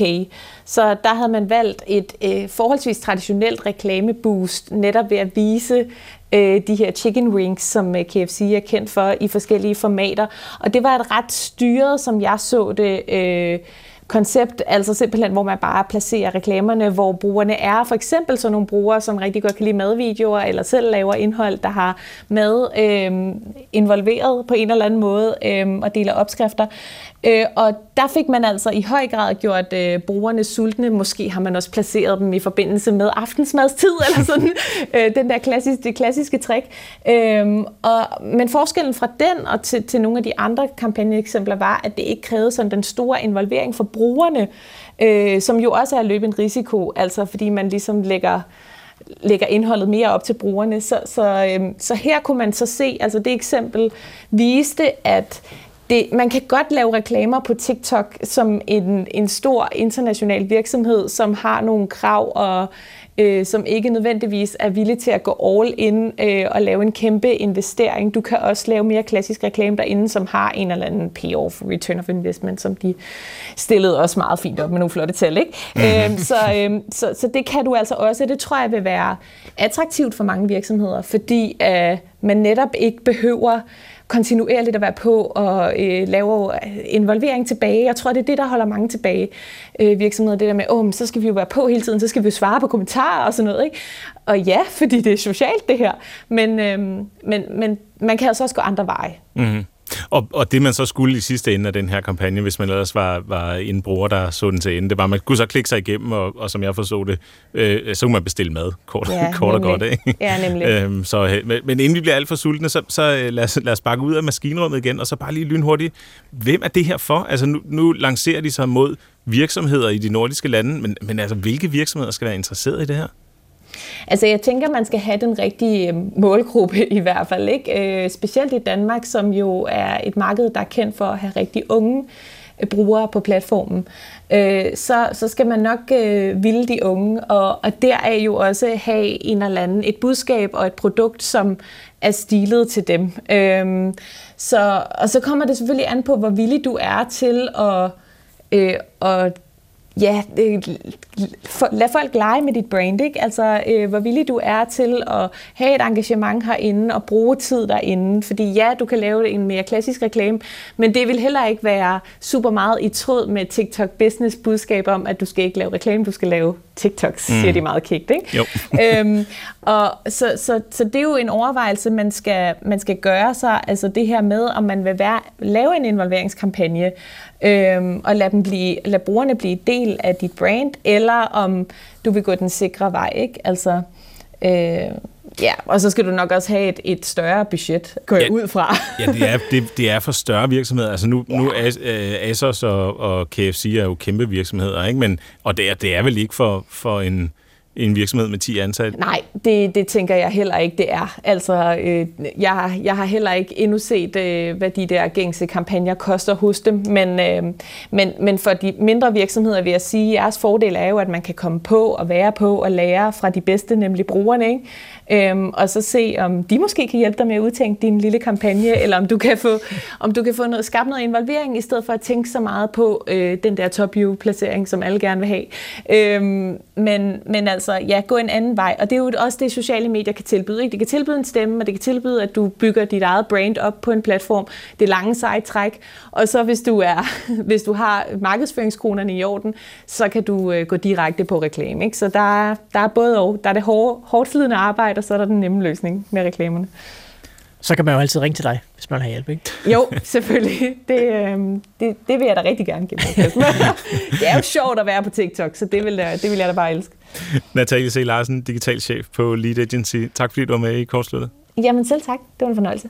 Så der havde man valgt et forholdsvis traditionelt reklameboost, netop ved at vise de her chicken wings, som K F C er kendt for, i forskellige formater. Og det var et ret styret, som jeg så det, koncept, altså simpelthen, hvor man bare placerer reklamerne, hvor brugerne er. For eksempel så nogle brugere, som rigtig godt kan lide madvideoer, eller selv laver indhold, der har mad øh, involveret på en eller anden måde, øh, og deler opskrifter. Øh, og der fik man altså i høj grad gjort øh, brugerne sultne. Måske har man også placeret dem i forbindelse med aftensmadstid, eller sådan, øh, den der klassiske, det klassiske trick. Øh, og, men forskellen fra den og til, til nogle af de andre kampagneeksempler var, at det ikke krævede sådan den store involvering for brugerne, øh, som jo også er at løbe en risiko, altså fordi man ligesom lægger, lægger indholdet mere op til brugerne. Så, så, øh, så her kunne man så se, altså det eksempel viste, at det, man kan godt lave reklamer på TikTok som en, en stor international virksomhed, som har nogle krav og øh, som ikke nødvendigvis er villig til at gå all in øh, og lave en kæmpe investering. Du kan også lave mere klassisk reklame derinde, som har en eller anden payoff, return of investment, som de stillede også meget fint op med nogle flotte tal, ikke? Mm-hmm. øh, så, øh, så, så det kan du altså også. Det tror jeg vil være attraktivt for mange virksomheder, fordi øh, man netop ikke behøver kontinuerligt at være på og øh, lave involvering tilbage. Jeg tror, det er det, der holder mange tilbage øh, virksomheder. Det der med, åh, så skal vi jo være på hele tiden, så skal vi jo svare på kommentarer og sådan noget, ikke? Og ja, fordi det er socialt, det her. Men, øh, men, men man kan altså også gå andre veje. Mm-hmm. Og, og det man så skulle i sidste ende af den her kampagne, hvis man ellers var, var en bruger, der så den til ende, det var, at man kunne så klikke sig igennem, og, og som jeg forstod det, øh, så kunne man bestille mad, kort, ja, kort og godt. Ikke? Ja, nemlig. øhm, så, men, men inden vi bliver alt for sultne, så, så lad, os, lad os bakke ud af maskinrummet igen, og så bare lige lynhurtigt. Hvem er det her for? Altså nu, nu lancerer de sig mod virksomheder i de nordiske lande, men, men altså hvilke virksomheder skal være interesseret i det her? Altså jeg tænker, man skal have den rigtige målgruppe i hvert fald, ikke? Specielt i Danmark, som jo er et marked, der er kendt for at have rigtig unge brugere på platformen. Så, så skal man nok ville de unge, og, og deraf jo også have en eller anden, et budskab og et produkt, som er stilet til dem. Så, og så kommer det selvfølgelig an på, hvor villig du er til at, at ja, for, lad folk lege med dit brand, ikke? Altså, øh, hvor villig du er til at have et engagement herinde og bruge tid derinde. Fordi ja, du kan lave en mere klassisk reklame, men det vil heller ikke være super meget i tråd med TikTok Business budskab om, at du skal ikke lave reklame, du skal lave TikToks, mm. siger de meget kægt, ikke? Jo. øhm, og så, så, så det er jo en overvejelse, man skal, man skal gøre sig, altså det her med, om man vil være, lave en involveringskampagne, øhm, og lade, dem blive, lade brugerne blive del af dit brand, eller om du vil gå den sikre vej, ikke? Altså, øh, ja, og så skal du nok også have et, et større budget, går jeg ja, ud fra. ja, det er, det, det er for større virksomheder. Altså nu, ja. nu Asos og, og K F C er jo kæmpe virksomheder, ikke? Men, og det er, det er vel ikke for, for en... en virksomhed med ti ansatte? Nej, det, det tænker jeg heller ikke, det er. Altså, øh, jeg, jeg har heller ikke endnu set, øh, hvad de der gængse kampagner koster hos dem, men, øh, men, men for de mindre virksomheder vil jeg sige, at jeres fordel er jo, at man kan komme på og være på og lære fra de bedste, nemlig brugerne, ikke? Øhm, og så se, om de måske kan hjælpe dig med at udtænke din lille kampagne, eller om du kan få, om du kan få noget, skabe noget involvering, i stedet for at tænke så meget på øh, den der top-view-placering, som alle gerne vil have. Øhm, men, men altså, ja, gå en anden vej. Og det er jo også det, sociale medier kan tilbyde, ikke? Det kan tilbyde en stemme, og det kan tilbyde, at du bygger dit eget brand op på en platform. Det lange seje træk. Og så hvis du, er, hvis du har markedsføringskronerne i orden, så kan du øh, gå direkte på reklame, ikke? Så der er, der er både og. Der er det hårde, hårdt flydende arbejde, og så er der den nemme løsning med reklamerne. Så kan man jo altid ringe til dig, hvis man har hjælp, ikke? Jo, selvfølgelig. Det, øh, det, det vil jeg da rigtig gerne give mig. Det er jo sjovt at være på TikTok, så det vil, det vil jeg da bare elske. Natalie C. Larsen, digital chef på Lead Agency. Tak fordi du var med i Kortsluttet. Jamen selv tak. Det var en fornøjelse.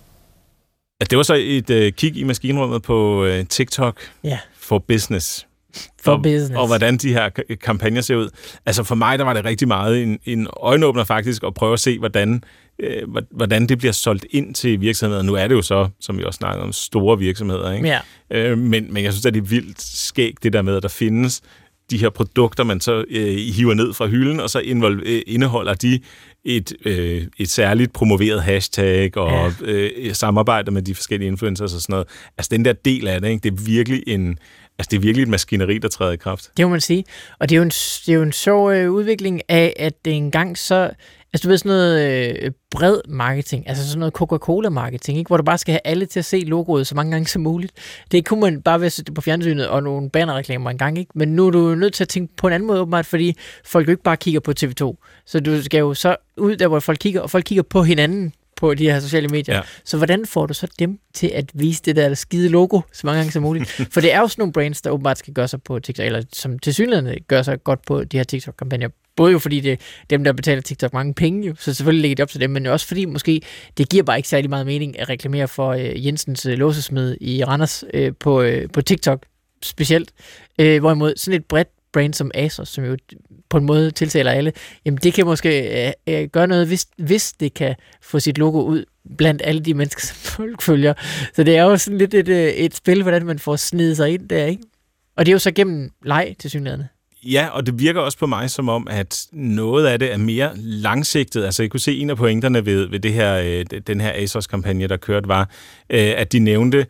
Ja, det var så et uh, kig i maskinrummet på uh, TikTok yeah. for business. For og, business. Og hvordan de her kampagner ser ud. Altså for mig, der var det rigtig meget en, en øjenåbner faktisk, at prøve at se, hvordan, øh, hvordan det bliver solgt ind til virksomheder. Nu er det jo så, som vi også snakker om, store virksomheder, ikke? Ja. Øh, men, men jeg synes, at det er vildt skægt, det der med, at der findes de her produkter, man så øh, hiver ned fra hylden, og så involver, øh, indeholder de et, øh, et særligt promoveret hashtag og ja. øh, samarbejder med de forskellige influencers og sådan noget. Altså den der del af det, ikke? Det er virkelig en... Altså, det er virkelig et maskineri, der træder i kraft. Det må man sige. Og det er jo en, det er jo en sjov øh, udvikling af, at det engang så... Altså, du ved, sådan noget øh, bred marketing, altså sådan noget Coca-Cola-marketing, ikke? Hvor du bare skal have alle til at se logoet så mange gange som muligt. Det kunne man bare ved at sætte på fjernsynet og nogle bannerreklamer en gang, ikke? Men nu er du nødt til at tænke på en anden måde, åbenbart, fordi folk jo ikke bare kigger på T V to. Så du skal jo så ud der, hvor folk kigger, og folk kigger på hinanden på de her sociale medier. Ja. Så hvordan får du så dem til at vise det der skide logo så mange gange som muligt? For det er jo sådan nogle brands, der åbenbart skal gøre sig på TikTok, eller som tilsyneladende gør sig godt på de her TikTok-kampagner. Både jo fordi det er dem, der betaler TikTok mange penge, jo, så selvfølgelig lægger det op til dem, men også fordi måske det giver bare ikke særlig meget mening at reklamere for øh, Jensens øh, låsesmed i Randers øh, på, øh, på TikTok specielt. Øh, hvorimod sådan et bredt brand som Asos, som jo på en måde tiltaler alle, jamen det kan måske øh, gøre noget, hvis, hvis det kan få sit logo ud blandt alle de mennesker, som folk følger. Så det er jo sådan lidt et, et spil, hvordan man får snedet sig ind der, ikke? Og det er jo så gennem leg til synligheden. Ja, og det virker også på mig som om, at noget af det er mere langsigtet. Altså jeg kunne se en af pointerne ved, ved det her, den her Asos-kampagne, der kørte, var, at de nævnte,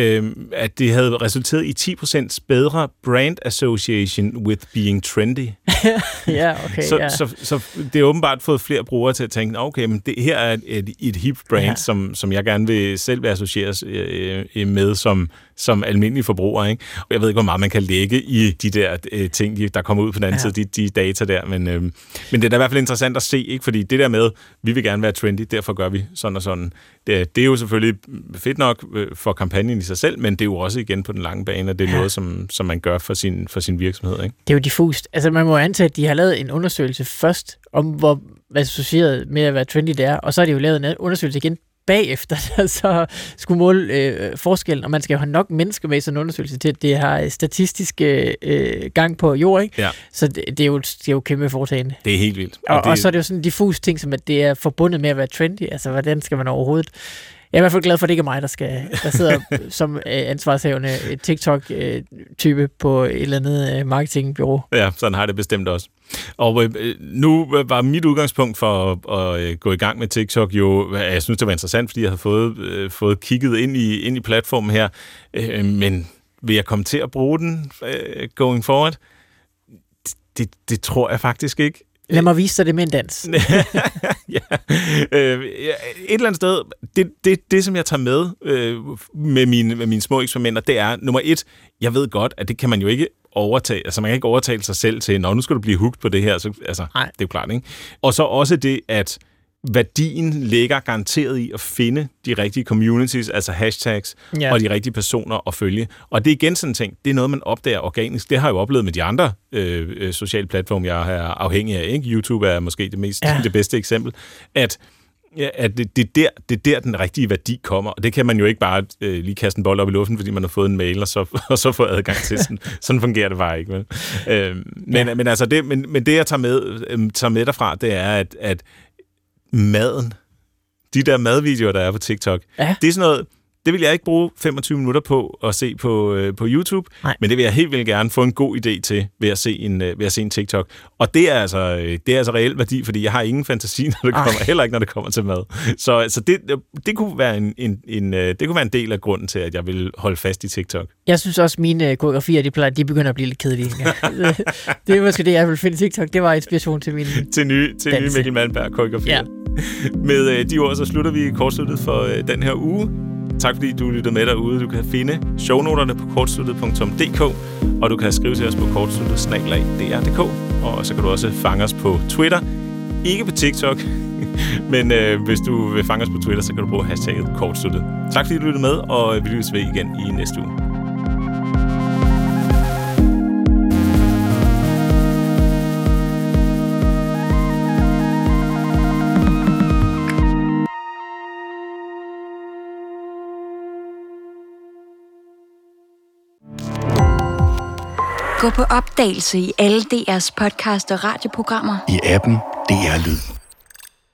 at det havde resulteret i ti procent bedre brand association with being trendy. ja, okay. Så, ja. så, så, så det er åbenbart fået flere brugere til at tænke, okay, men det her er et, et hip brand, ja. som, som jeg gerne vil selv vil associeres øh, med som, som almindelig forbruger, ikke? Og jeg ved ikke, hvor meget man kan lægge i de der øh, ting, der kommer ud på den anden ja. side, de, de data der, men, øh, men det er da i hvert fald interessant at se, ikke? Fordi det der med, vi vil gerne være trendy, derfor gør vi sådan og sådan. Det, det er jo selvfølgelig fedt nok for kampagnen i sig selv, men det er jo også igen på den lange bane, og det er ja. noget, som, som man gør for sin, for sin virksomhed, ikke? Det er jo diffust. Altså man må antage, at de har lavet en undersøgelse først, om hvor associeret med at være trendy det er, og så har de jo lavet en undersøgelse igen bagefter, der så skulle måle øh, forskellen, og man skal jo have nok mennesker med i sådan en undersøgelse til, at det har statistisk øh, gang på jord, ikke? Ja. Så det, det, er jo, det er jo kæmpe foretagende. Det er helt vildt. Og, og, det... og så er det jo sådan en diffus ting, som at det er forbundet med at være trendy. Altså, hvordan skal man overhovedet... Jeg er i hvert fald glad for, at det ikke er mig, der, skal, der sidder som øh, ansvarshavende TikTok-type på et eller andet øh, marketingbyrå. Ja, sådan har det bestemt også. Og øh, nu var mit udgangspunkt for at, at øh, gå i gang med TikTok jo, jeg synes, det var interessant, fordi jeg havde fået, øh, fået kigget ind i, ind i platformen her, øh, men vil jeg komme til at bruge den øh, going forward? Det, det tror jeg faktisk ikke. Lad mig vise dig det med en dans. ja. øh, et eller andet sted, det, det, det som jeg tager med øh, med, mine, med mine små eksperimenter, det er, nummer et, jeg ved godt, at det kan man jo ikke overtage, altså man kan ikke overtale sig selv til, nå, nu skal du blive hooked på det her, så, altså, det er jo klart, ikke? Og så også det, at værdien ligger garanteret i at finde de rigtige communities, altså hashtags, ja. Og de rigtige personer at følge. Og det er igen sådan en ting, det er noget, man opdager organisk. Det har jeg jo oplevet med de andre øh, sociale platforme, jeg er afhængig af. Ikke? YouTube er måske det, mest, ja. det bedste eksempel. At, ja, at det, det, er der, det er der, den rigtige værdi kommer. Og det kan man jo ikke bare øh, lige kaste en bold op i luften, fordi man har fået en mail, og så, og så få adgang til. Sådan, sådan fungerer det bare ikke. Vel? Øh, men, ja. men, altså det, men, men det, jeg tager med, øh, tager med derfra, det er, at, at maden, de der madvideoer, der er på TikTok, ja. Det er sådan noget, det vil jeg ikke bruge femogtyve minutter på at se på, øh, på YouTube, Nej. Men det vil jeg helt vildt gerne få en god idé til ved at se en, øh, ved at se en TikTok. Og det er altså, det er altså reelt værdi, fordi jeg har ingen fantasi, når det kommer, heller ikke når det kommer til mad. Så, så det, det, kunne være en, en, en, det kunne være en del af grunden til, at jeg vil holde fast i TikTok. Jeg synes også, at mine koreografier, de, plejer, de begynder at blive lidt kedelige. Ja. Det er måske det, jeg vil finde i TikTok. Det var inspiration til min til nye, til nye Mikkel Malmberg koreografier. Ja. Med øh, de ord, så slutter vi kortsluttet for øh, den her uge. Tak fordi du lyttede med derude. Du kan finde shownoterne på kortsluttet punktum d k, og du kan skrive til os på kortsluttet snabel-a d r punktum d k, og så kan du også fange os på Twitter. Ikke på TikTok, men øh, hvis du vil fange os på Twitter, så kan du bruge hashtagget kortsluttet. Tak fordi du lyttede med, og vi lyttes ved igen i næste uge. Gå på opdagelse i alle D R's podcast og radioprogrammer. I appen D R Lyd.